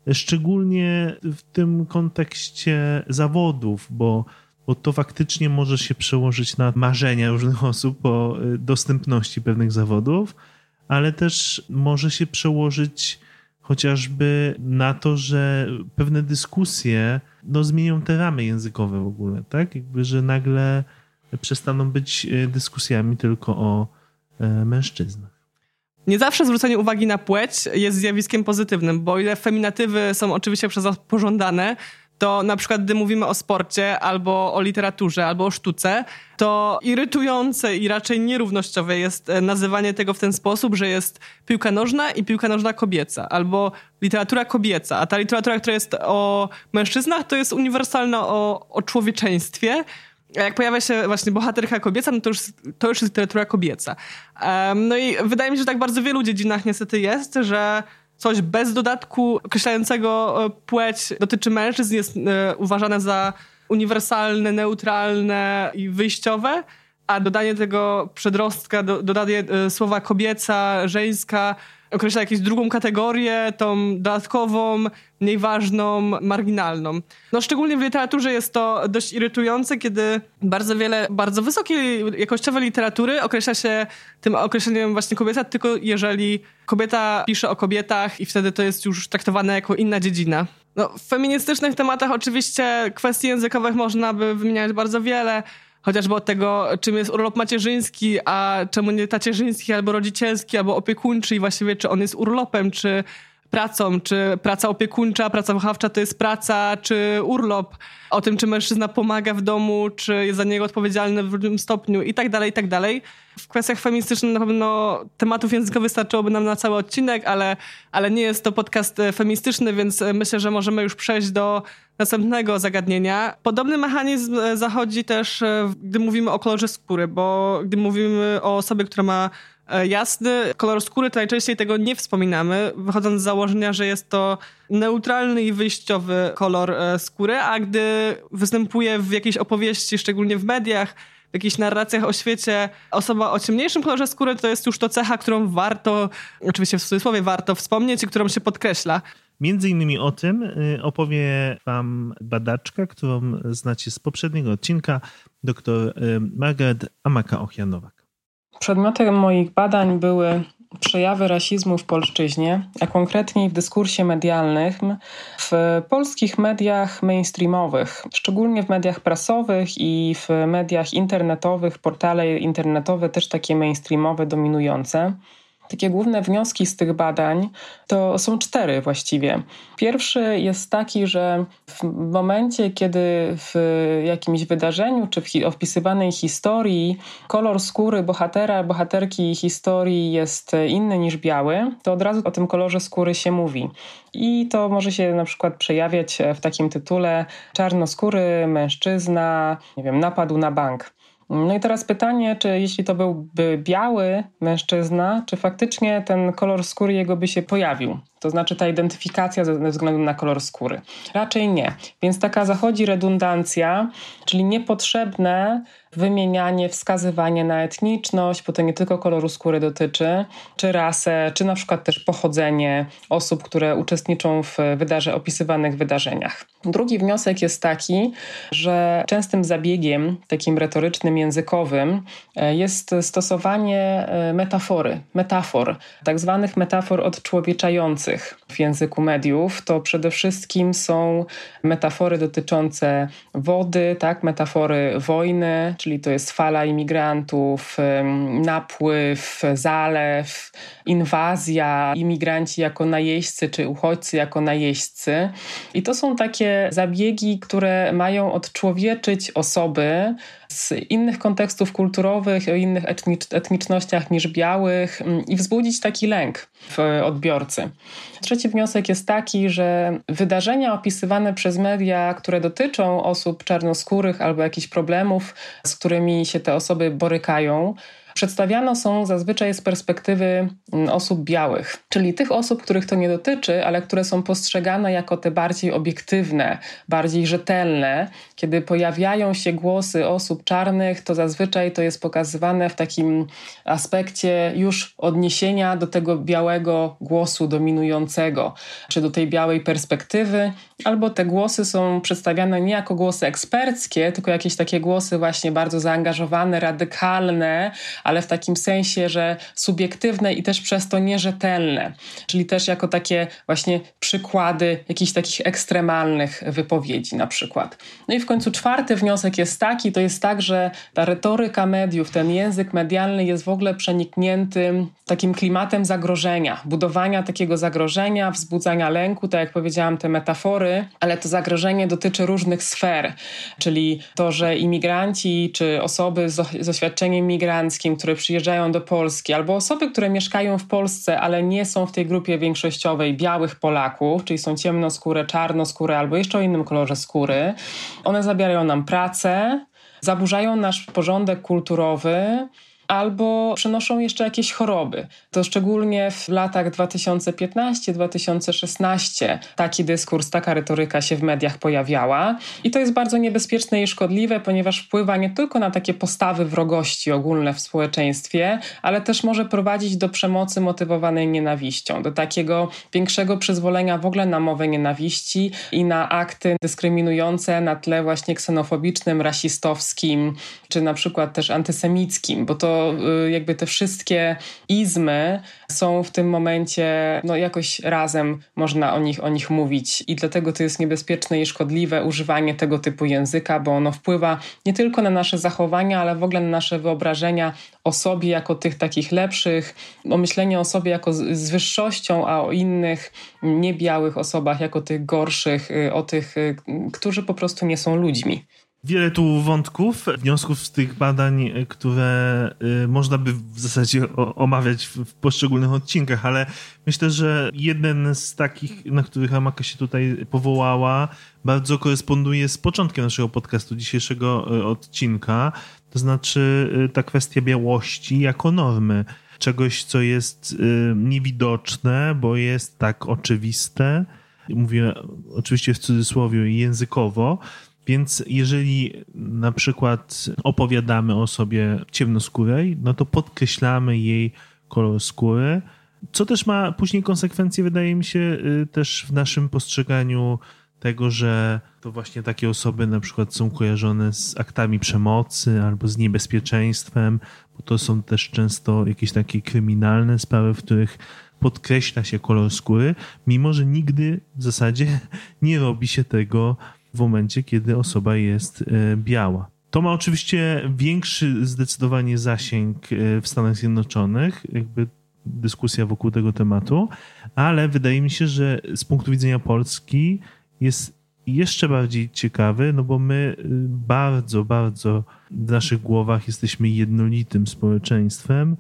szczególnie w tym kontekście zawodów, bo, bo to faktycznie może się przełożyć na marzenia różnych osób o dostępności pewnych zawodów, ale też może się przełożyć chociażby na to, że pewne dyskusje no, zmienią te ramy językowe w ogóle, tak? Jakby, że nagle przestaną być dyskusjami tylko o e, mężczyznach. Nie zawsze zwrócenie uwagi na płeć jest zjawiskiem pozytywnym, bo o ile feminatywy są oczywiście przez nas pożądane, to na przykład gdy mówimy o sporcie, albo o literaturze, albo o sztuce, to irytujące i raczej nierównościowe jest nazywanie tego w ten sposób, że jest piłka nożna i piłka nożna kobieca, albo literatura kobieca, a ta literatura, która jest o mężczyznach, to jest uniwersalna o, o człowieczeństwie. A jak pojawia się właśnie bohaterka kobieca, no to już, to już jest literatura kobieca. Um, no i wydaje mi się, że tak bardzo w wielu dziedzinach niestety jest, że coś bez dodatku określającego płeć dotyczy mężczyzn jest e, uważane za uniwersalne, neutralne i wyjściowe, a dodanie tego przedrostka, do, dodanie e, słowa kobieca, żeńska określa jakąś drugą kategorię, tą dodatkową, mniej ważną, marginalną. No szczególnie w literaturze jest to dość irytujące, kiedy bardzo wiele, bardzo wysokiej jakościowej literatury określa się tym określeniem właśnie kobieta, tylko jeżeli kobieta pisze o kobietach i wtedy to jest już traktowane jako inna dziedzina. No, w feministycznych tematach oczywiście kwestii językowych można by wymieniać bardzo wiele, chociażby od tego, czym jest urlop macierzyński, a czemu nie tacierzyński, albo rodzicielski, albo opiekuńczy i właściwie czy on jest urlopem, czy pracą, czy praca opiekuńcza, praca wychowawcza to jest praca, czy urlop, o tym, czy mężczyzna pomaga w domu, czy jest za niego odpowiedzialny w różnym stopniu i tak dalej, i tak dalej. W kwestiach feministycznych na pewno tematów językowych starczyłoby nam na cały odcinek, ale, ale nie jest to podcast feministyczny, więc myślę, że możemy już przejść do następnego zagadnienia. Podobny mechanizm zachodzi też, gdy mówimy o kolorze skóry, bo gdy mówimy o osobie, która ma jasny kolor skóry, to najczęściej tego nie wspominamy, wychodząc z założenia, że jest to neutralny i wyjściowy kolor skóry, a gdy występuje w jakiejś opowieści, szczególnie w mediach, w jakichś narracjach o świecie osoba o ciemniejszym kolorze skóry, to jest już to cecha, którą warto, oczywiście w cudzysłowie warto wspomnieć i którą się podkreśla. Między innymi o tym opowie wam badaczka, którą znacie z poprzedniego odcinka, dr Margaret Amaka-Ochjanowak. Przedmiotem moich badań były przejawy rasizmu w polszczyźnie, a konkretniej w dyskursie medialnym w polskich mediach mainstreamowych, szczególnie w mediach prasowych i w mediach internetowych, portale internetowe też takie mainstreamowe, dominujące. Takie główne wnioski z tych badań to są cztery właściwie. Pierwszy jest taki, że w momencie, kiedy w jakimś wydarzeniu czy w opisywanej historii kolor skóry bohatera, bohaterki historii jest inny niż biały, to od razu o tym kolorze skóry się mówi. I to może się na przykład przejawiać w takim tytule: czarnoskóry mężczyzna, nie wiem, napadł na bank. No i teraz pytanie, czy jeśli to byłby biały mężczyzna, czy faktycznie ten kolor skóry jego by się pojawił? To znaczy ta identyfikacja ze względu na kolor skóry. Raczej nie. Więc taka zachodzi redundancja, czyli niepotrzebne wymienianie, wskazywanie na etniczność, bo to nie tylko koloru skóry dotyczy, czy rasę, czy na przykład też pochodzenie osób, które uczestniczą w wydarze- opisywanych wydarzeniach. Drugi wniosek jest taki, że częstym zabiegiem, takim retorycznym, językowym jest stosowanie metafory, metafor, tak zwanych metafor odczłowieczających w języku mediów. To przede wszystkim są metafory dotyczące wody, tak, metafory wojny, czyli to jest fala imigrantów, napływ, zalew, inwazja, imigranci jako najeźdźcy, czy uchodźcy jako najeźdźcy. I to są takie zabiegi, które mają odczłowieczyć osoby z innych kontekstów kulturowych, o innych etnicz- etnicznościach niż białych i wzbudzić taki lęk w odbiorcy. Trzeci wniosek jest taki, że wydarzenia opisywane przez media, które dotyczą osób czarnoskórych albo jakichś problemów, z którymi się te osoby borykają, przedstawiane są zazwyczaj z perspektywy osób białych, czyli tych osób, których to nie dotyczy, ale które są postrzegane jako te bardziej obiektywne, bardziej rzetelne. Kiedy pojawiają się głosy osób czarnych, to zazwyczaj to jest pokazywane w takim aspekcie już odniesienia do tego białego głosu dominującego, czy do tej białej perspektywy, albo te głosy są przedstawiane nie jako głosy eksperckie, tylko jakieś takie głosy właśnie bardzo zaangażowane, radykalne, ale w takim sensie, że subiektywne i też przez to nierzetelne, czyli też jako takie właśnie przykłady jakichś takich ekstremalnych wypowiedzi na przykład. No i w końcu czwarty wniosek jest taki, to jest tak, że ta retoryka mediów, ten język medialny jest w ogóle przeniknięty takim klimatem zagrożenia, budowania takiego zagrożenia, wzbudzania lęku, tak jak powiedziałam, te metafory, ale to zagrożenie dotyczy różnych sfer, czyli to, że imigranci czy osoby z, z oświadczeniem migranckim, które przyjeżdżają do Polski, albo osoby, które mieszkają w Polsce, ale nie są w tej grupie większościowej białych Polaków, czyli są ciemnoskóre, czarnoskóre albo jeszcze o innym kolorze skóry, one zabierają nam pracę, zaburzają nasz porządek kulturowy, albo przenoszą jeszcze jakieś choroby. To szczególnie w latach dwa tysiące piętnasty do dwa tysiące szesnastego taki dyskurs, taka retoryka się w mediach pojawiała i to jest bardzo niebezpieczne i szkodliwe, ponieważ wpływa nie tylko na takie postawy wrogości ogólne w społeczeństwie, ale też może prowadzić do przemocy motywowanej nienawiścią, do takiego większego przyzwolenia w ogóle na mowę nienawiści i na akty dyskryminujące na tle właśnie ksenofobicznym, rasistowskim, czy na przykład też antysemickim, bo to jakby te wszystkie izmy są w tym momencie, no jakoś razem można o nich, o nich mówić i dlatego to jest niebezpieczne i szkodliwe używanie tego typu języka, bo ono wpływa nie tylko na nasze zachowania, ale w ogóle na nasze wyobrażenia o sobie jako tych takich lepszych, o myślenie o sobie jako z, z wyższością, a o innych niebiałych osobach jako tych gorszych, o tych, którzy po prostu nie są ludźmi. Wiele tu wątków, wniosków z tych badań, które y, można by w zasadzie o, omawiać w, w poszczególnych odcinkach, ale myślę, że jeden z takich, na których Amaka się tutaj powołała, bardzo koresponduje z początkiem naszego podcastu, dzisiejszego y, odcinka, to znaczy y, ta kwestia białości jako normy, czegoś, co jest y, niewidoczne, bo jest tak oczywiste, mówię oczywiście w cudzysłowie językowo. Więc jeżeli na przykład opowiadamy o osobie ciemnoskórej, no to podkreślamy jej kolor skóry, co też ma później konsekwencje, wydaje mi się, też w naszym postrzeganiu tego, że to właśnie takie osoby na przykład są kojarzone z aktami przemocy albo z niebezpieczeństwem, bo to są też często jakieś takie kryminalne sprawy, w których podkreśla się kolor skóry, mimo że nigdy w zasadzie nie robi się tego w momencie, kiedy osoba jest biała. To ma oczywiście większy zdecydowanie zasięg w Stanach Zjednoczonych, jakby dyskusja wokół tego tematu, ale wydaje mi się, że z punktu widzenia Polski jest jeszcze bardziej ciekawy, no bo my bardzo, bardzo w naszych głowach jesteśmy jednolitym społeczeństwem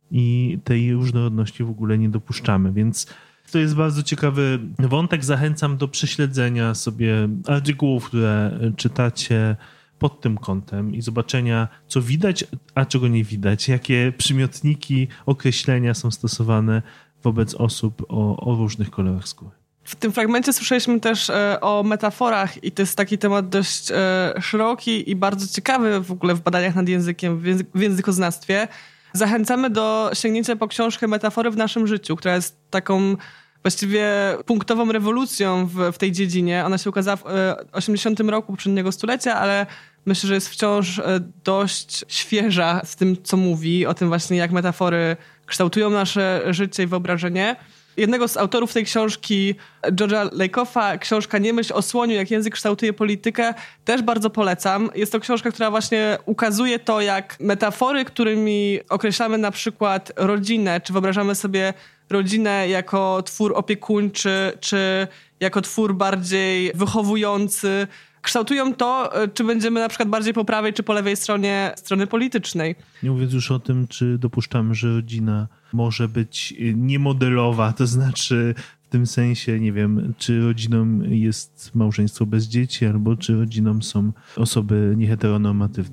i tej różnorodności w ogóle nie dopuszczamy, więc to jest bardzo ciekawy wątek. Zachęcam do prześledzenia sobie artykułów, które czytacie pod tym kątem i zobaczenia, co widać, a czego nie widać, jakie przymiotniki, określenia są stosowane wobec osób o, o różnych kolorach skóry. W tym fragmencie słyszeliśmy też e, o metaforach i to jest taki temat dość e, szeroki i bardzo ciekawy w ogóle w badaniach nad językiem, w, język, w językoznawstwie. Zachęcamy do sięgnięcia po książkę Metafory w naszym życiu, która jest taką właściwie punktową rewolucją w, w tej dziedzinie. Ona się ukazała w osiemdziesiątym roku poprzedniego stulecia, ale myślę, że jest wciąż dość świeża z tym, co mówi, o tym właśnie, jak metafory kształtują nasze życie i wyobrażenie. Jednego z autorów tej książki, George'a Lakoffa, książka Nie myśl o słoniu, jak język kształtuje politykę, też bardzo polecam. Jest to książka, która właśnie ukazuje to, jak metafory, którymi określamy na przykład rodzinę, czy wyobrażamy sobie rodzinę jako twór opiekuńczy, czy jako twór bardziej wychowujący, kształtują to, czy będziemy na przykład bardziej po prawej, czy po lewej stronie strony politycznej. Nie mówiąc już o tym, czy dopuszczamy, że rodzina może być niemodelowa, to znaczy w tym sensie, nie wiem, czy rodziną jest małżeństwo bez dzieci, albo czy rodziną są osoby nieheteronormatywne.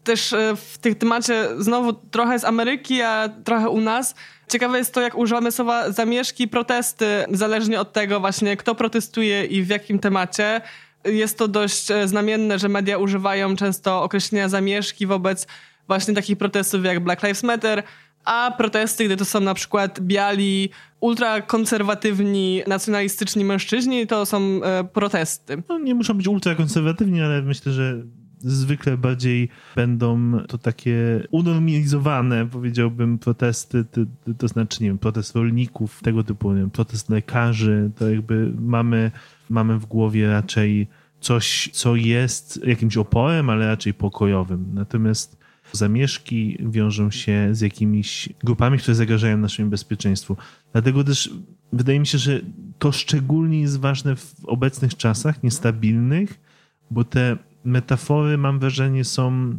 też w tym temacie znowu trochę z Ameryki, a trochę u nas. Ciekawe jest to, jak używamy słowa zamieszki, protesty, zależnie od tego właśnie, kto protestuje i w jakim temacie. Jest to dość znamienne, że media używają często określenia zamieszki wobec właśnie takich protestów jak Black Lives Matter, a protesty, gdy to są na przykład biali, ultrakonserwatywni, nacjonalistyczni mężczyźni, to są e, protesty. No, nie muszą być ultrakonserwatywni, ale myślę, że zwykle bardziej będą to takie unormalizowane, powiedziałbym, protesty, to, to znaczy, nie wiem, protest rolników, tego typu, nie wiem, protest lekarzy, to jakby mamy, mamy w głowie raczej coś, co jest jakimś oporem, ale raczej pokojowym. Natomiast zamieszki wiążą się z jakimiś grupami, które zagrażają naszemu bezpieczeństwu. Dlatego też wydaje mi się, że to szczególnie jest ważne w obecnych czasach niestabilnych, bo te metafory, mam wrażenie, są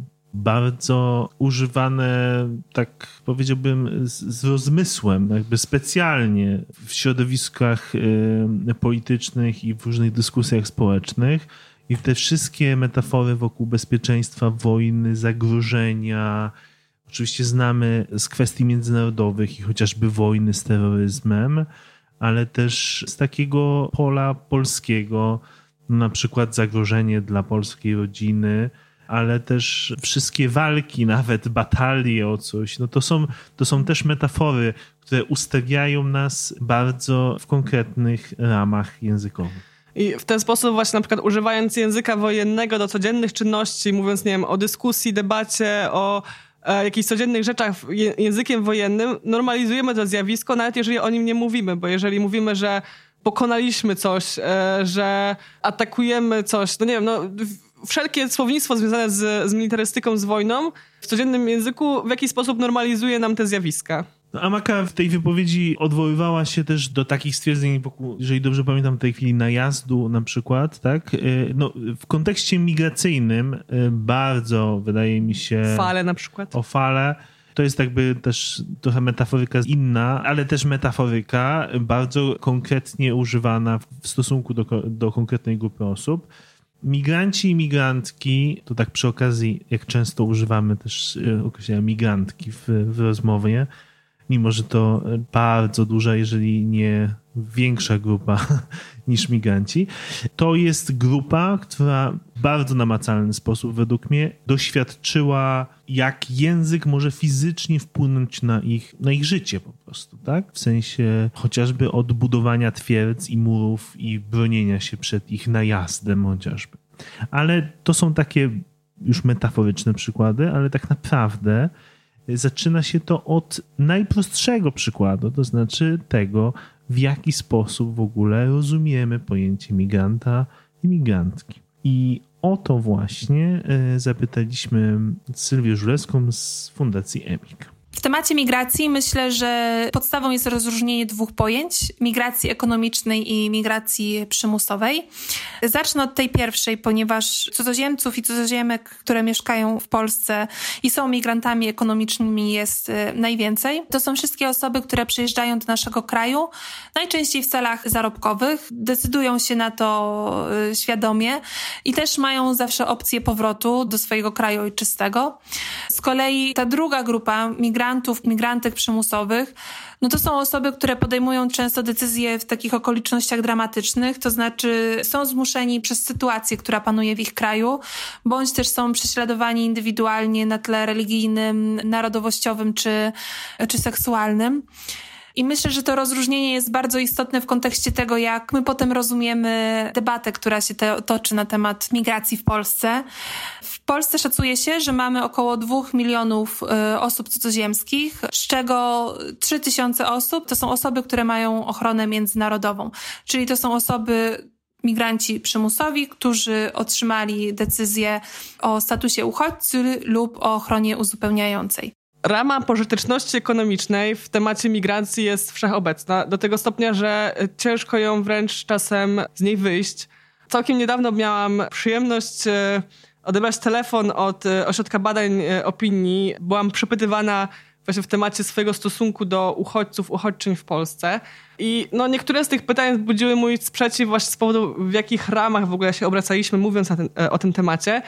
bardzo używane, tak powiedziałbym, z, z rozmysłem, jakby specjalnie w środowiskach y, politycznych i w różnych dyskusjach społecznych. I te wszystkie metafory wokół bezpieczeństwa, wojny, zagrożenia, oczywiście znamy z kwestii międzynarodowych i chociażby wojny z terroryzmem, ale też z takiego pola polskiego, na przykład zagrożenie dla polskiej rodziny, ale też wszystkie walki, nawet batalie o coś, no to są, to są też metafory, które ustawiają nas bardzo w konkretnych ramach językowych. I w ten sposób właśnie na przykład używając języka wojennego do codziennych czynności, mówiąc, nie wiem, o dyskusji, debacie, o e, jakichś codziennych rzeczach je, językiem wojennym, normalizujemy to zjawisko, nawet jeżeli o nim nie mówimy, bo jeżeli mówimy, że pokonaliśmy coś, e, że atakujemy coś, no nie wiem, no wszelkie słownictwo związane z, z militarystyką, z wojną w codziennym języku w jakiś sposób normalizuje nam te zjawiska. No, Amaka w tej wypowiedzi odwoływała się też do takich stwierdzeń, jeżeli dobrze pamiętam, w tej chwili najazdu na przykład, tak? No, w kontekście migracyjnym bardzo, wydaje mi się... Fale na przykład. O fale. To jest jakby też trochę metaforyka inna, ale też metaforyka bardzo konkretnie używana w stosunku do, do konkretnej grupy osób. Migranci i migrantki, to tak przy okazji, jak często używamy też określenia migrantki w, w rozmowie, mimo że to bardzo duża, jeżeli nie większa grupa niż migranci, to jest grupa, która w bardzo namacalny sposób według mnie doświadczyła, jak język może fizycznie wpłynąć na ich, na ich życie po prostu, tak? W sensie chociażby od budowania twierdz i murów i bronienia się przed ich najazdem chociażby. Ale to są takie już metaforyczne przykłady, ale tak naprawdę zaczyna się to od najprostszego przykładu, to znaczy tego, w jaki sposób w ogóle rozumiemy pojęcie migranta i migrantki. I o to właśnie zapytaliśmy Sylwię Żulewską z Fundacji EMIK. W temacie migracji myślę, że podstawą jest rozróżnienie dwóch pojęć, migracji ekonomicznej i migracji przymusowej. Zacznę od tej pierwszej, ponieważ cudzoziemców i cudzoziemek, które mieszkają w Polsce i są migrantami ekonomicznymi, jest najwięcej. To są wszystkie osoby, które przyjeżdżają do naszego kraju, najczęściej w celach zarobkowych, decydują się na to świadomie i też mają zawsze opcję powrotu do swojego kraju ojczystego. Z kolei ta druga grupa migrantów, migrantek przymusowych, no to są osoby, które podejmują często decyzje w takich okolicznościach dramatycznych, to znaczy są zmuszeni przez sytuację, która panuje w ich kraju, bądź też są prześladowani indywidualnie na tle religijnym, narodowościowym czy, czy seksualnym. I myślę, że to rozróżnienie jest bardzo istotne w kontekście tego, jak my potem rozumiemy debatę, która się te, toczy na temat migracji w Polsce. W Polsce szacuje się, że mamy około dwóch milionów y, osób cudzoziemskich, z czego trzy tysiące osób to są osoby, które mają ochronę międzynarodową. Czyli to są osoby, migranci przymusowi, którzy otrzymali decyzję o statusie uchodźcy lub o ochronie uzupełniającej. Rama pożyteczności ekonomicznej w temacie migracji jest wszechobecna, do tego stopnia, że ciężko ją wręcz czasem z niej wyjść. Całkiem niedawno miałam przyjemność odebrać telefon od Ośrodka Badań Opinii. Byłam przepytywana właśnie w temacie swojego stosunku do uchodźców, uchodźczyń w Polsce. I no, niektóre z tych pytań wzbudziły mój sprzeciw właśnie z powodu, w jakich ramach w ogóle się obracaliśmy, mówiąc na ten, o tym temacie.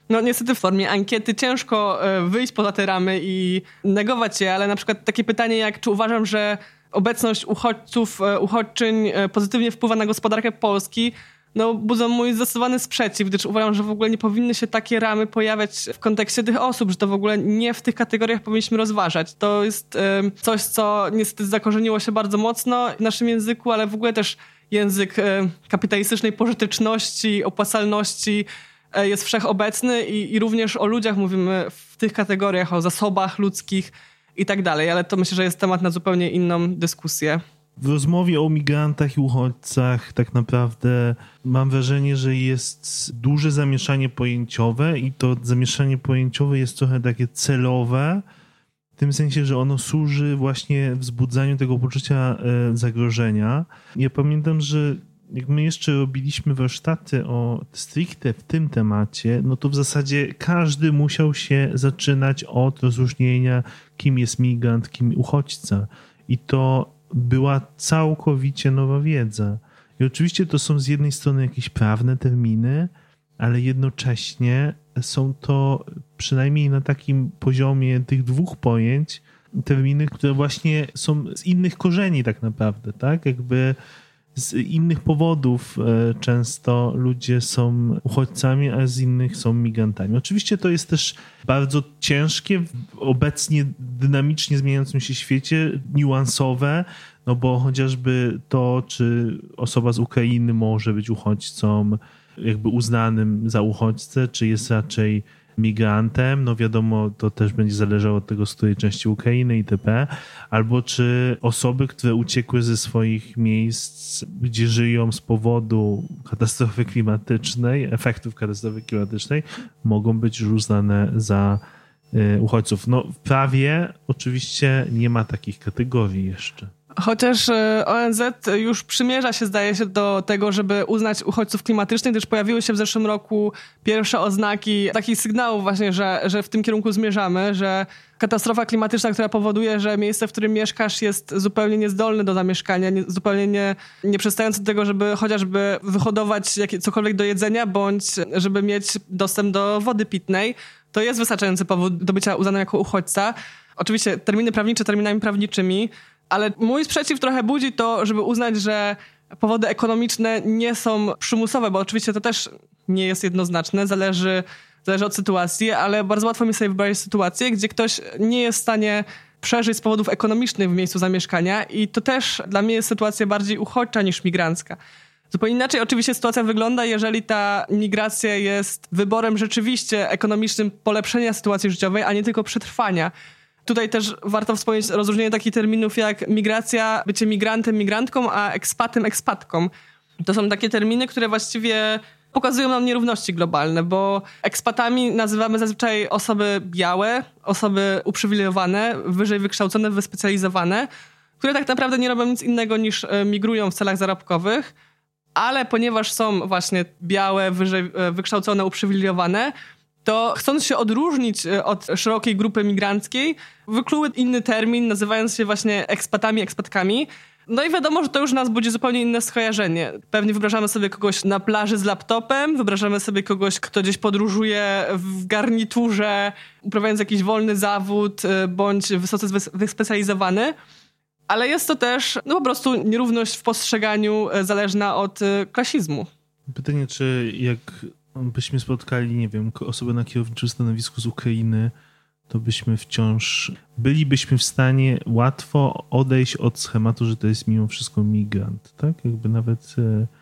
No niestety w formie ankiety ciężko wyjść poza te ramy i negować je, ale na przykład takie pytanie jak, czy uważam, że obecność uchodźców, uchodźczyń pozytywnie wpływa na gospodarkę Polski, no budzą mój zdecydowany sprzeciw, gdyż uważam, że w ogóle nie powinny się takie ramy pojawiać w kontekście tych osób, że to w ogóle nie w tych kategoriach powinniśmy rozważać. To jest y, coś, co niestety zakorzeniło się bardzo mocno w naszym języku, ale w ogóle też język y, kapitalistycznej pożyteczności, opłacalności y, jest wszechobecny i, i również o ludziach mówimy w tych kategoriach, o zasobach ludzkich i tak dalej, ale to myślę, że jest temat na zupełnie inną dyskusję. W rozmowie o migrantach i uchodźcach tak naprawdę mam wrażenie, że jest duże zamieszanie pojęciowe i to zamieszanie pojęciowe jest trochę takie celowe, w tym sensie, że ono służy właśnie wzbudzaniu tego poczucia zagrożenia. Ja pamiętam, że jak my jeszcze robiliśmy warsztaty o stricte w tym temacie, no to w zasadzie każdy musiał się zaczynać od rozróżnienia, kim jest migrant, kim uchodźca. I to była całkowicie nowa wiedza. I oczywiście to są z jednej strony jakieś prawne terminy, ale jednocześnie są to przynajmniej na takim poziomie tych dwóch pojęć terminy, które właśnie są z innych korzeni tak naprawdę, tak? Jakby z innych powodów często ludzie są uchodźcami, a z innych są migrantami. Oczywiście to jest też bardzo ciężkie w obecnie dynamicznie zmieniającym się świecie, niuansowe, no bo chociażby to, czy osoba z Ukrainy może być uchodźcą jakby uznanym za uchodźcę, czy jest raczej migrantem, no wiadomo, to też będzie zależało od tego, z której części Ukrainy itp. Albo czy osoby, które uciekły ze swoich miejsc, gdzie żyją z powodu katastrofy klimatycznej, efektów katastrofy klimatycznej, mogą być już uznane za y, uchodźców. No w prawie oczywiście nie ma takich kategorii jeszcze. Chociaż O N Z już przymierza się, zdaje się, do tego, żeby uznać uchodźców klimatycznych, gdyż pojawiły się w zeszłym roku pierwsze oznaki takich sygnałów właśnie, że, że w tym kierunku zmierzamy, że katastrofa klimatyczna, która powoduje, że miejsce, w którym mieszkasz, jest zupełnie niezdolne do zamieszkania, nie, zupełnie nie, nie przystające do tego, żeby chociażby wyhodować jakie, cokolwiek do jedzenia, bądź żeby mieć dostęp do wody pitnej, to jest wystarczający powód do bycia uznanym jako uchodźca. Oczywiście terminy prawnicze terminami prawniczymi, ale mój sprzeciw trochę budzi to, żeby uznać, że powody ekonomiczne nie są przymusowe, bo oczywiście to też nie jest jednoznaczne, zależy, zależy od sytuacji, ale bardzo łatwo mi sobie wyobrazić sytuację, gdzie ktoś nie jest w stanie przeżyć z powodów ekonomicznych w miejscu zamieszkania i to też dla mnie jest sytuacja bardziej uchodźcza niż migrancka. Zupełnie inaczej oczywiście sytuacja wygląda, jeżeli ta migracja jest wyborem rzeczywiście ekonomicznym polepszenia sytuacji życiowej, a nie tylko przetrwania. Tutaj też warto wspomnieć rozróżnienie takich terminów jak migracja, bycie migrantem, migrantką, a ekspatem, ekspatką. To są takie terminy, które właściwie pokazują nam nierówności globalne, bo ekspatami nazywamy zazwyczaj osoby białe, osoby uprzywilejowane, wyżej wykształcone, wyspecjalizowane, które tak naprawdę nie robią nic innego niż migrują w celach zarobkowych, ale ponieważ są właśnie białe, wyżej wykształcone, uprzywilejowane, to chcąc się odróżnić od szerokiej grupy migranckiej, wykluły inny termin, nazywając się właśnie ekspatami, ekspatkami. No i wiadomo, że to już nas budzi zupełnie inne skojarzenie. Pewnie wyobrażamy sobie kogoś na plaży z laptopem, wyobrażamy sobie kogoś, kto gdzieś podróżuje w garniturze, uprawiając jakiś wolny zawód, bądź wysoce wyspecjalizowany. Ale jest to też no po prostu nierówność w postrzeganiu zależna od klasizmu. Pytanie, czy jak byśmy spotkali, nie wiem, osobę na kierowniczym stanowisku z Ukrainy, to byśmy wciąż, bylibyśmy w stanie łatwo odejść od schematu, że to jest mimo wszystko migrant, tak? Jakby nawet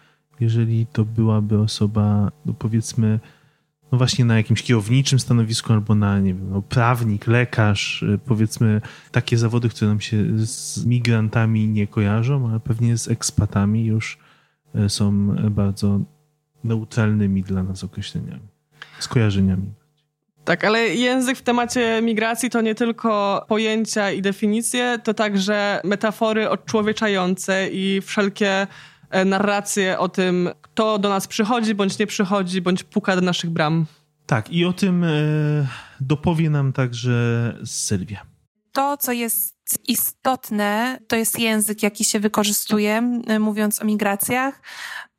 jeżeli to byłaby osoba, no powiedzmy, no właśnie na jakimś kierowniczym stanowisku albo na, nie wiem, no prawnik, lekarz, powiedzmy takie zawody, które nam się z migrantami nie kojarzą, ale pewnie z ekspatami już są bardzo neutralnymi dla nas określeniami, skojarzeniami. Tak, ale język w temacie migracji to nie tylko pojęcia i definicje, to także metafory odczłowieczające i wszelkie narracje o tym, kto do nas przychodzi, bądź nie przychodzi, bądź puka do naszych bram. Tak, i o tym dopowie nam także Sylwia. To, co jest istotne, to jest język, jaki się wykorzystuje, mówiąc o migracjach.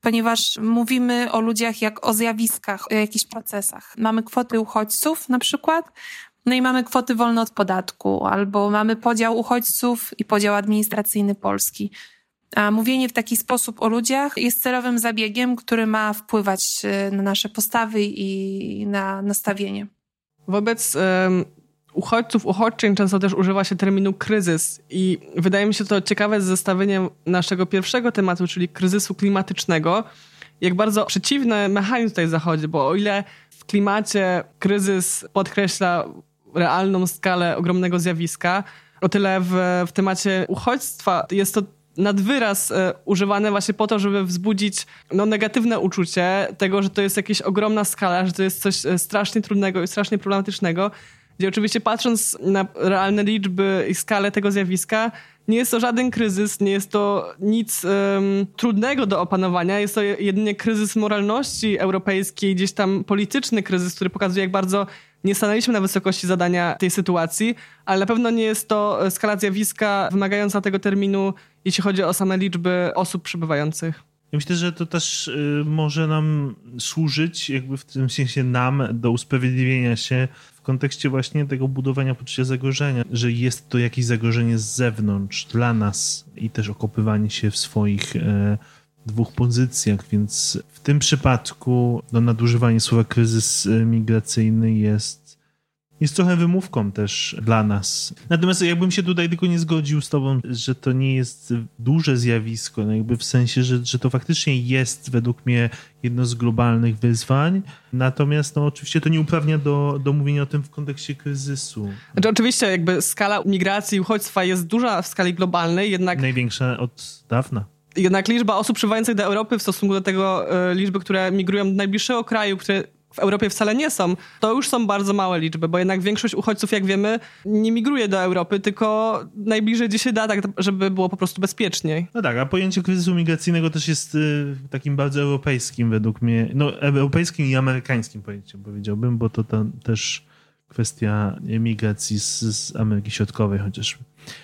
ponieważ mówimy o ludziach jak o zjawiskach, o jakichś procesach. Mamy kwoty uchodźców na przykład, no i mamy kwoty wolne od podatku, albo mamy podział uchodźców i podział administracyjny Polski. A mówienie w taki sposób o ludziach jest celowym zabiegiem, który ma wpływać na nasze postawy i na nastawienie. Wobec um, uchodźców, uchodźczyń często też używa się terminu kryzys i wydaje mi się to ciekawe z zestawieniem naszego pierwszego tematu, czyli kryzysu klimatycznego, jak bardzo przeciwny mechanizm tutaj zachodzi, bo o ile w klimacie kryzys podkreśla realną skalę ogromnego zjawiska, o tyle w, w temacie uchodźstwa jest to nad wyraz e, używane właśnie po to, żeby wzbudzić no, negatywne uczucie tego, że to jest jakaś ogromna skala, że to jest coś strasznie trudnego i strasznie problematycznego, gdzie oczywiście patrząc na realne liczby i skalę tego zjawiska, nie jest to żaden kryzys, nie jest to nic um, trudnego do opanowania, jest to jedynie kryzys moralności europejskiej, gdzieś tam polityczny kryzys, który pokazuje, jak bardzo nie stanęliśmy na wysokości zadania tej sytuacji, ale na pewno nie jest to skala zjawiska wymagająca tego terminu, jeśli chodzi o same liczby osób przybywających. Ja myślę, że to też y, może nam służyć, jakby w tym sensie nam, do usprawiedliwienia się w kontekście właśnie tego budowania poczucia zagrożenia, że jest to jakieś zagrożenie z zewnątrz dla nas i też okopywanie się w swoich y, dwóch pozycjach, więc w tym przypadku no, nadużywanie słowa kryzys migracyjny jest jest trochę wymówką też dla nas. Natomiast jakbym się tutaj tylko nie zgodził z tobą, że to nie jest duże zjawisko, no jakby w sensie, że, że to faktycznie jest według mnie jedno z globalnych wyzwań, natomiast no oczywiście to nie uprawnia do, do mówienia o tym w kontekście kryzysu. Znaczy oczywiście jakby skala migracji i uchodźstwa jest duża w skali globalnej, jednak... Największa od dawna. Jednak liczba osób przybywających do Europy w stosunku do tego y, liczby, które migrują do najbliższego kraju, które w Europie wcale nie są, to już są bardzo małe liczby, bo jednak większość uchodźców, jak wiemy, nie migruje do Europy, tylko najbliżej gdzie się da, tak żeby było po prostu bezpieczniej. No tak, a pojęcie kryzysu migracyjnego też jest y, takim bardzo europejskim według mnie, no europejskim i amerykańskim pojęciem powiedziałbym, bo to tam też kwestia migracji z, z Ameryki Środkowej chociażby.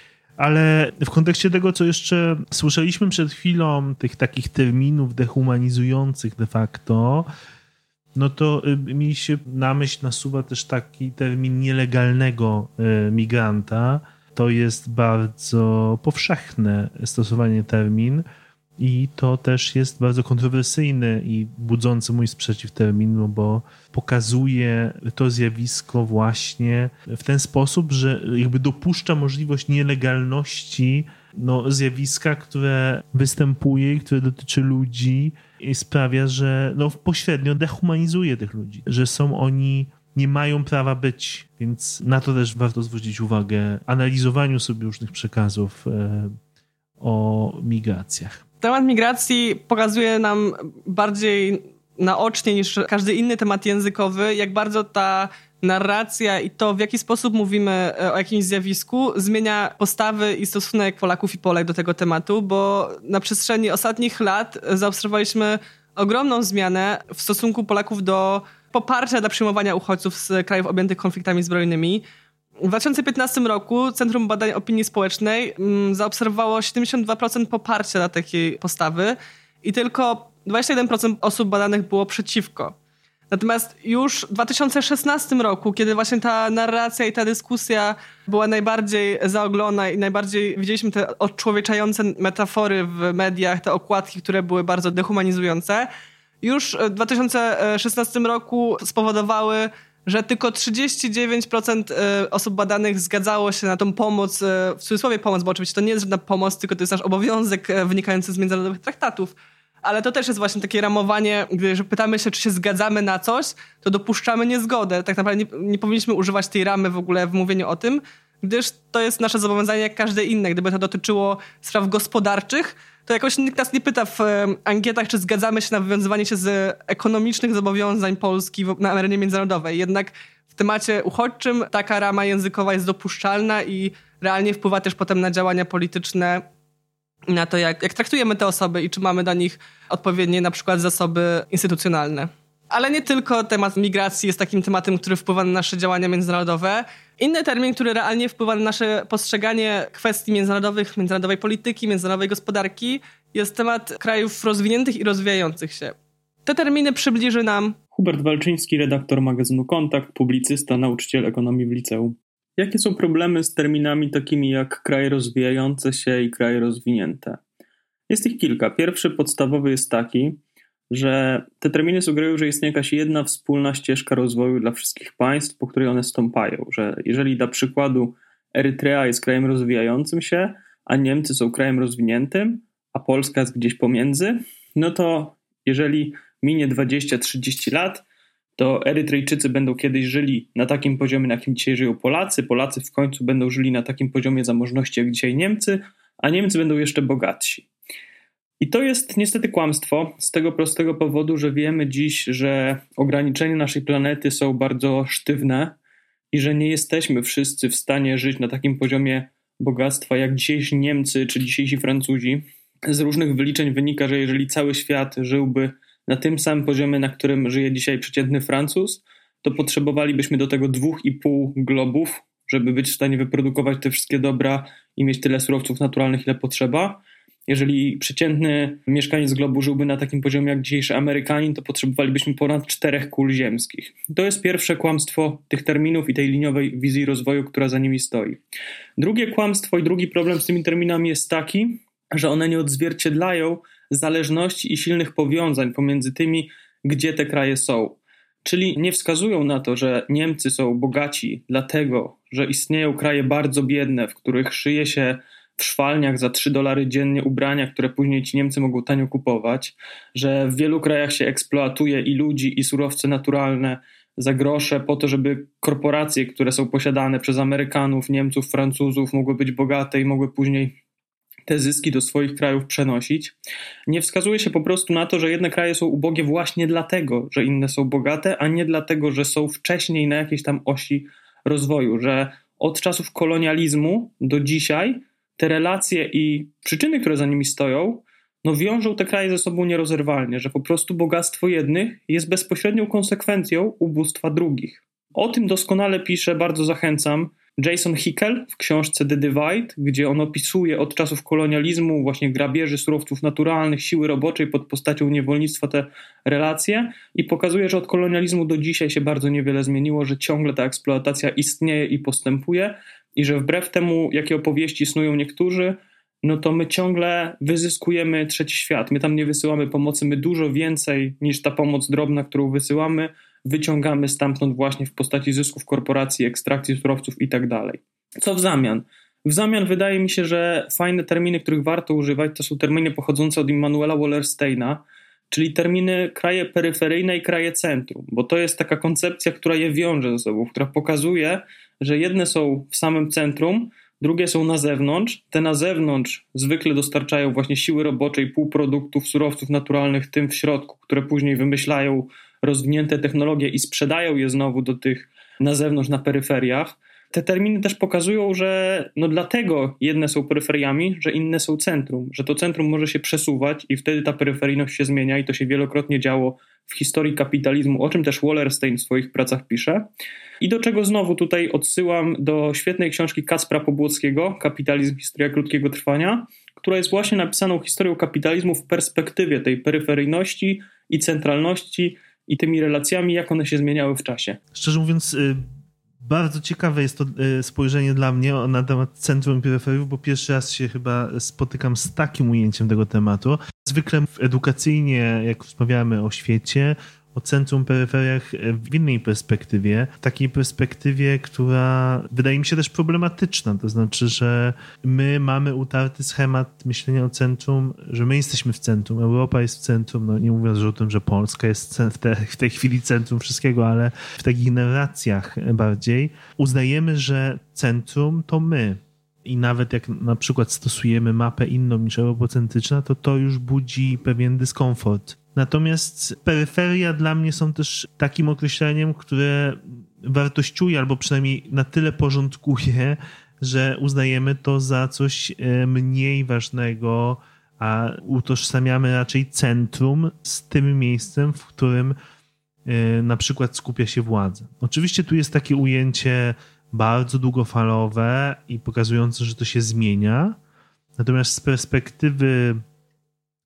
Ale w kontekście tego, co jeszcze słyszeliśmy przed chwilą, tych takich terminów dehumanizujących de facto, no to mi się na myśl nasuwa też taki termin nielegalnego migranta. To jest bardzo powszechne stosowanie termin i to też jest bardzo kontrowersyjny i budzący mój sprzeciw termin, no bo pokazuje to zjawisko właśnie w ten sposób, że jakby dopuszcza możliwość nielegalności no, zjawiska, które występuje i które dotyczy ludzi i sprawia, że no, pośrednio dehumanizuje tych ludzi, że są oni, nie mają prawa być, więc na to też warto zwrócić uwagę analizowaniu sobie różnych przekazów e, o migracjach. Temat migracji pokazuje nam bardziej naocznie niż każdy inny temat językowy, jak bardzo ta narracja i to, w jaki sposób mówimy o jakimś zjawisku, zmienia postawy i stosunek Polaków i Polek do tego tematu, bo na przestrzeni ostatnich lat zaobserwowaliśmy ogromną zmianę w stosunku Polaków do poparcia dla przyjmowania uchodźców z krajów objętych konfliktami zbrojnymi. W dwa tysiące piętnastym roku Centrum Badań Opinii Społecznej zaobserwowało siedemdziesiąt dwa procent poparcia dla takiej postawy i tylko dwadzieścia jeden procent osób badanych było przeciwko. Natomiast już w dwa tysiące szesnastym roku, kiedy właśnie ta narracja i ta dyskusja była najbardziej zaoglona i najbardziej widzieliśmy te odczłowieczające metafory w mediach, te okładki, które były bardzo dehumanizujące, już w dwa tysiące szesnastym roku spowodowały, że tylko trzydzieści dziewięć procent osób badanych zgadzało się na tą pomoc, w cudzysłowie pomoc, bo oczywiście to nie jest żadna pomoc, tylko to jest nasz obowiązek wynikający z międzynarodowych traktatów. Ale to też jest właśnie takie ramowanie, gdy pytamy się, czy się zgadzamy na coś, to dopuszczamy niezgodę. Tak naprawdę nie, nie powinniśmy używać tej ramy w ogóle w mówieniu o tym, gdyż to jest nasze zobowiązanie jak każde inne. Gdyby to dotyczyło spraw gospodarczych, to jakoś nikt nas nie pyta w ankietach, czy zgadzamy się na wywiązywanie się z ekonomicznych zobowiązań Polski na arenie międzynarodowej. Jednak w temacie uchodźczym taka rama językowa jest dopuszczalna i realnie wpływa też potem na działania polityczne, na to, jak, jak traktujemy te osoby i czy mamy do nich odpowiednie na przykład zasoby instytucjonalne. Ale nie tylko temat migracji jest takim tematem, który wpływa na nasze działania międzynarodowe. Inny termin, który realnie wpływa na nasze postrzeganie kwestii międzynarodowych, międzynarodowej polityki, międzynarodowej gospodarki jest temat krajów rozwiniętych i rozwijających się. Te terminy przybliży nam Hubert Walczyński, redaktor magazynu Kontakt, publicysta, nauczyciel ekonomii w liceum. Jakie są problemy z terminami takimi jak kraje rozwijające się i kraje rozwinięte? Jest ich kilka. Pierwszy, podstawowy jest taki, że te terminy sugerują, że istnieje jakaś jedna wspólna ścieżka rozwoju dla wszystkich państw, po której one stąpają. Że jeżeli dla przykładu Erytrea jest krajem rozwijającym się, a Niemcy są krajem rozwiniętym, a Polska jest gdzieś pomiędzy, no to jeżeli minie dwadzieścia trzydzieści lat, to Erytrejczycy będą kiedyś żyli na takim poziomie, na jakim dzisiaj żyją Polacy, Polacy w końcu będą żyli na takim poziomie zamożności jak dzisiaj Niemcy, a Niemcy będą jeszcze bogatsi. I to jest niestety kłamstwo z tego prostego powodu, że wiemy dziś, że ograniczenia naszej planety są bardzo sztywne i że nie jesteśmy wszyscy w stanie żyć na takim poziomie bogactwa jak dzisiejsi Niemcy czy dzisiejsi Francuzi. Z różnych wyliczeń wynika, że jeżeli cały świat żyłby na tym samym poziomie, na którym żyje dzisiaj przeciętny Francuz, to potrzebowalibyśmy do tego dwóch i pół globów, żeby być w stanie wyprodukować te wszystkie dobra i mieć tyle surowców naturalnych, ile potrzeba. Jeżeli przeciętny mieszkaniec globu żyłby na takim poziomie jak dzisiejszy Amerykanin, to potrzebowalibyśmy ponad czterech kul ziemskich. To jest pierwsze kłamstwo tych terminów i tej liniowej wizji rozwoju, która za nimi stoi. Drugie kłamstwo i drugi problem z tymi terminami jest taki, że one nie odzwierciedlają zależności i silnych powiązań pomiędzy tymi, gdzie te kraje są. Czyli nie wskazują na to, że Niemcy są bogaci dlatego, że istnieją kraje bardzo biedne, w których szyje się w szwalniach za trzy dolary dziennie ubrania, które później ci Niemcy mogą tanio kupować, że w wielu krajach się eksploatuje i ludzi, i surowce naturalne za grosze po to, żeby korporacje, które są posiadane przez Amerykanów, Niemców, Francuzów, mogły być bogate i mogły później te zyski do swoich krajów przenosić. Nie wskazuje się po prostu na to, że jedne kraje są ubogie właśnie dlatego, że inne są bogate, a nie dlatego, że są wcześniej na jakiejś tam osi rozwoju, że od czasów kolonializmu do dzisiaj te relacje i przyczyny, które za nimi stoją, no wiążą te kraje ze sobą nierozerwalnie, że po prostu bogactwo jednych jest bezpośrednią konsekwencją ubóstwa drugich. O tym doskonale pisze, bardzo zachęcam, Jason Hickel w książce The Divide, gdzie on opisuje od czasów kolonializmu, właśnie grabieży surowców naturalnych, siły roboczej pod postacią niewolnictwa te relacje i pokazuje, że od kolonializmu do dzisiaj się bardzo niewiele zmieniło, że ciągle ta eksploatacja istnieje i postępuje i że wbrew temu, jakie opowieści snują niektórzy, no to my ciągle wyzyskujemy trzeci świat. My tam nie wysyłamy pomocy, my dużo więcej niż ta pomoc drobna, którą wysyłamy, wyciągamy stamtąd właśnie w postaci zysków korporacji, ekstrakcji surowców i tak dalej. Co w zamian? W zamian wydaje mi się, że fajne terminy, których warto używać, to są terminy pochodzące od Immanuela Wallersteina, czyli terminy kraje peryferyjne i kraje centrum, bo to jest taka koncepcja, która je wiąże ze sobą, która pokazuje, że jedne są w samym centrum, drugie są na zewnątrz. Te na zewnątrz zwykle dostarczają właśnie siły roboczej, półproduktów, surowców naturalnych tym w środku, które później wymyślają rozwinięte technologie i sprzedają je znowu do tych na zewnątrz, na peryferiach. Te terminy też pokazują, że no dlatego jedne są peryferiami, że inne są centrum, że to centrum może się przesuwać i wtedy ta peryferyjność się zmienia i to się wielokrotnie działo w historii kapitalizmu, o czym też Wallerstein w swoich pracach pisze. I do czego znowu tutaj odsyłam do świetnej książki Kacpra Pobłockiego, Kapitalizm, historia krótkiego trwania, która jest właśnie napisaną historią kapitalizmu w perspektywie tej peryferyjności i centralności i tymi relacjami, jak one się zmieniały w czasie. Szczerze mówiąc, bardzo ciekawe jest to spojrzenie dla mnie na temat centrum i peryferiów, bo pierwszy raz się chyba spotykam z takim ujęciem tego tematu. Zwykle edukacyjnie, jak rozmawiamy o świecie, o centrum, peryferiach w innej perspektywie, takiej perspektywie, która wydaje mi się też problematyczna, to znaczy, że my mamy utarty schemat myślenia o centrum, że my jesteśmy w centrum, Europa jest w centrum, no nie mówiąc o tym, że Polska jest w, te, w tej chwili centrum wszystkiego, ale w takich narracjach bardziej uznajemy, że centrum to my. I nawet jak na przykład stosujemy mapę inną niż eurocentryczna, to to już budzi pewien dyskomfort. Natomiast peryferia dla mnie są też takim określeniem, które wartościuje albo przynajmniej na tyle porządkuje, że uznajemy to za coś mniej ważnego, a utożsamiamy raczej centrum z tym miejscem, w którym na przykład skupia się władza. Oczywiście tu jest takie ujęcie bardzo długofalowe i pokazujące, że to się zmienia. Natomiast z perspektywy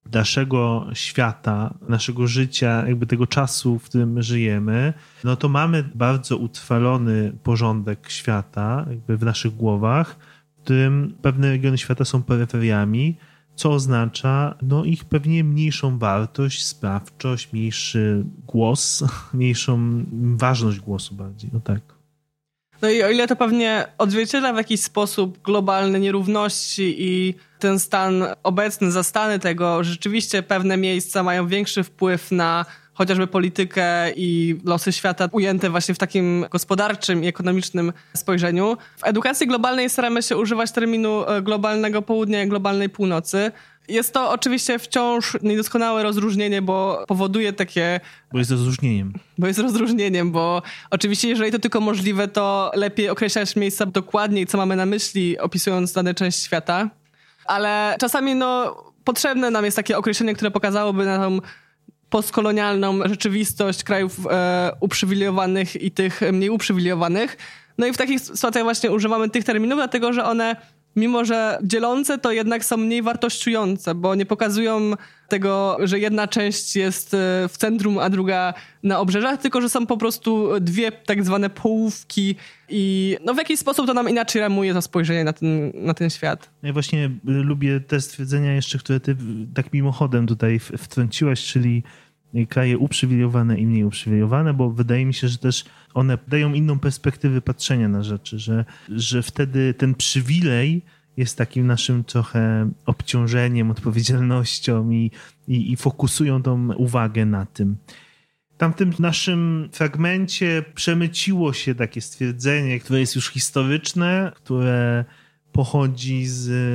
naszego świata, naszego życia, jakby tego czasu, w którym my żyjemy, no to mamy bardzo utrwalony porządek świata jakby w naszych głowach, w którym pewne regiony świata są peryferiami, co oznacza no, ich pewnie mniejszą wartość, sprawczość, mniejszy głos, mniejszą ważność głosu bardziej, no tak. No i o ile to pewnie odzwierciedla w jakiś sposób globalne nierówności i ten stan obecny, zastany tego, rzeczywiście pewne miejsca mają większy wpływ na chociażby politykę i losy świata ujęte właśnie w takim gospodarczym i ekonomicznym spojrzeniu. W edukacji globalnej staramy się używać terminu globalnego południa i globalnej północy. Jest to oczywiście wciąż niedoskonałe rozróżnienie, bo powoduje takie... Bo jest rozróżnieniem. Bo jest rozróżnieniem, bo oczywiście jeżeli to tylko możliwe, to lepiej określać miejsca dokładniej, co mamy na myśli, opisując daną część świata. Ale czasami no, potrzebne nam jest takie określenie, które pokazałoby na tą postkolonialną rzeczywistość krajów e, uprzywilejowanych i tych mniej uprzywilejowanych. No i w takich sytuacjach właśnie używamy tych terminów, dlatego że one, mimo że dzielące, to jednak są mniej wartościujące, bo nie pokazują tego, że jedna część jest w centrum, a druga na obrzeżach, tylko że są po prostu dwie tak zwane połówki i no w jakiś sposób to nam inaczej ramuje to spojrzenie na ten, na ten świat. Ja właśnie lubię te stwierdzenia jeszcze, które ty tak mimochodem tutaj wtrąciłaś, czyli kraje uprzywilejowane i mniej uprzywilejowane, bo wydaje mi się, że też one dają inną perspektywę patrzenia na rzeczy, że, że wtedy ten przywilej jest takim naszym trochę obciążeniem, odpowiedzialnością i, i, i fokusują tą uwagę na tym. Tam w tym naszym fragmencie przemyciło się takie stwierdzenie, które jest już historyczne, które pochodzi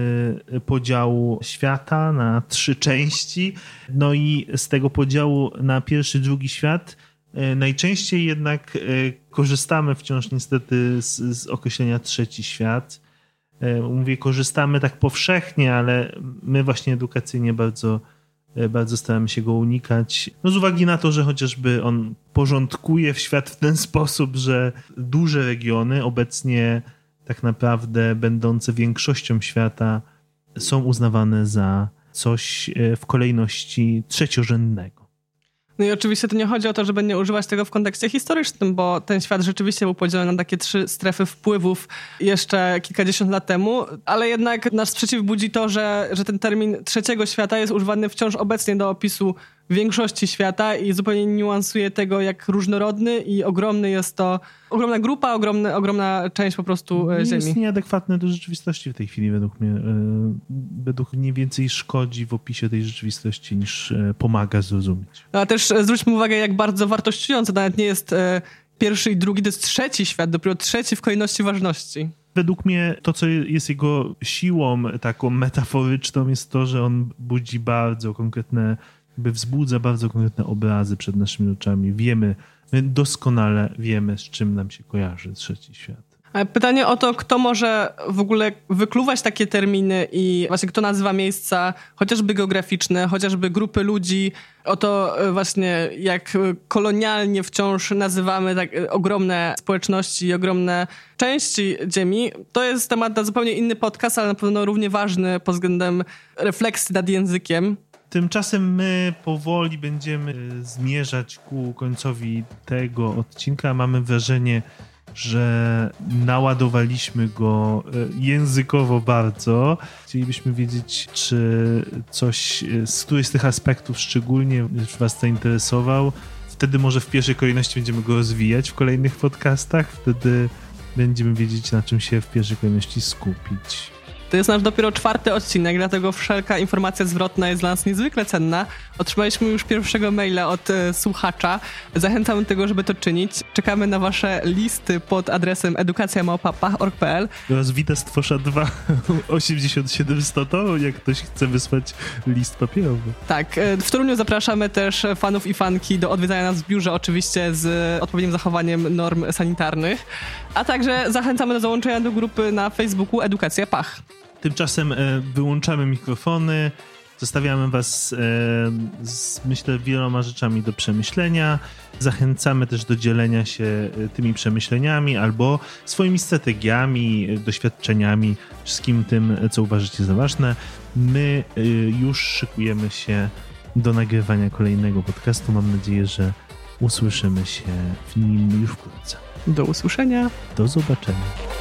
z podziału świata na trzy części. No i z tego podziału na pierwszy, drugi świat najczęściej jednak korzystamy wciąż niestety z, z określenia trzeci świat. Mówię, korzystamy tak powszechnie, ale my właśnie edukacyjnie bardzo, bardzo staramy się go unikać. No z uwagi na to, że chociażby on porządkuje w świat w ten sposób, że duże regiony obecnie tak naprawdę będące większością świata są uznawane za coś w kolejności trzeciorzędnego. No i oczywiście to nie chodzi o to, żeby nie używać tego w kontekście historycznym, bo ten świat rzeczywiście był podzielony na takie trzy strefy wpływów jeszcze kilkadziesiąt lat temu, ale jednak nasz sprzeciw budzi to, że, że ten termin trzeciego świata jest używany wciąż obecnie do opisu większości świata i zupełnie niuansuje tego, jak różnorodny i ogromny jest to, ogromna grupa, ogromny, ogromna część po prostu jest Ziemi. Jest nieadekwatne do rzeczywistości w tej chwili według mnie. Według mnie więcej szkodzi w opisie tej rzeczywistości niż pomaga zrozumieć. No, a też zwróćmy uwagę, jak bardzo wartościujące nawet nie jest pierwszy i drugi, to jest trzeci świat, dopiero trzeci w kolejności ważności. Według mnie to, co jest jego siłą taką metaforyczną, jest to, że on budzi bardzo konkretne, jakby wzbudza bardzo konkretne obrazy przed naszymi oczami. Wiemy, my doskonale wiemy, z czym nam się kojarzy trzeci świat. Pytanie o to, kto może w ogóle wykluwać takie terminy i właśnie kto nazywa miejsca chociażby geograficzne, chociażby grupy ludzi, o to właśnie jak kolonialnie wciąż nazywamy tak ogromne społeczności i ogromne części Ziemi. To jest temat na zupełnie inny podcast, ale na pewno równie ważny pod względem refleksji nad językiem. Tymczasem my powoli będziemy zmierzać ku końcowi tego odcinka. Mamy wrażenie, że naładowaliśmy go językowo bardzo. Chcielibyśmy wiedzieć, czy coś z któryś z tych aspektów szczególnie was zainteresował. Wtedy może w pierwszej kolejności będziemy go rozwijać w kolejnych podcastach. Wtedy będziemy wiedzieć, na czym się w pierwszej kolejności skupić. To jest nasz dopiero czwarty odcinek, dlatego wszelka informacja zwrotna jest dla nas niezwykle cenna. Otrzymaliśmy już pierwszego maila od e, słuchacza. Zachęcamy do tego, żeby to czynić. Czekamy na wasze listy pod adresem edukacja małpa pach kropka org kropka pe el. Oraz Witastvosza dwa osiemdziesiąt siedem sto, to jak ktoś chce wysłać list papierowy. Tak, e, w Toruniu zapraszamy też fanów i fanki do odwiedzania nas w biurze, oczywiście z odpowiednim zachowaniem norm sanitarnych. A także zachęcamy do załączenia do grupy na Facebooku Edukacja Pach. Tymczasem wyłączamy mikrofony Zostawiamy was e, z, myślę, wieloma rzeczami do przemyślenia. Zachęcamy też do dzielenia się tymi przemyśleniami albo swoimi strategiami, doświadczeniami, wszystkim tym, co uważacie za ważne. My e, już szykujemy się do nagrywania kolejnego podcastu. Mam nadzieję, że usłyszymy się w nim już wkrótce. Do usłyszenia. Do zobaczenia.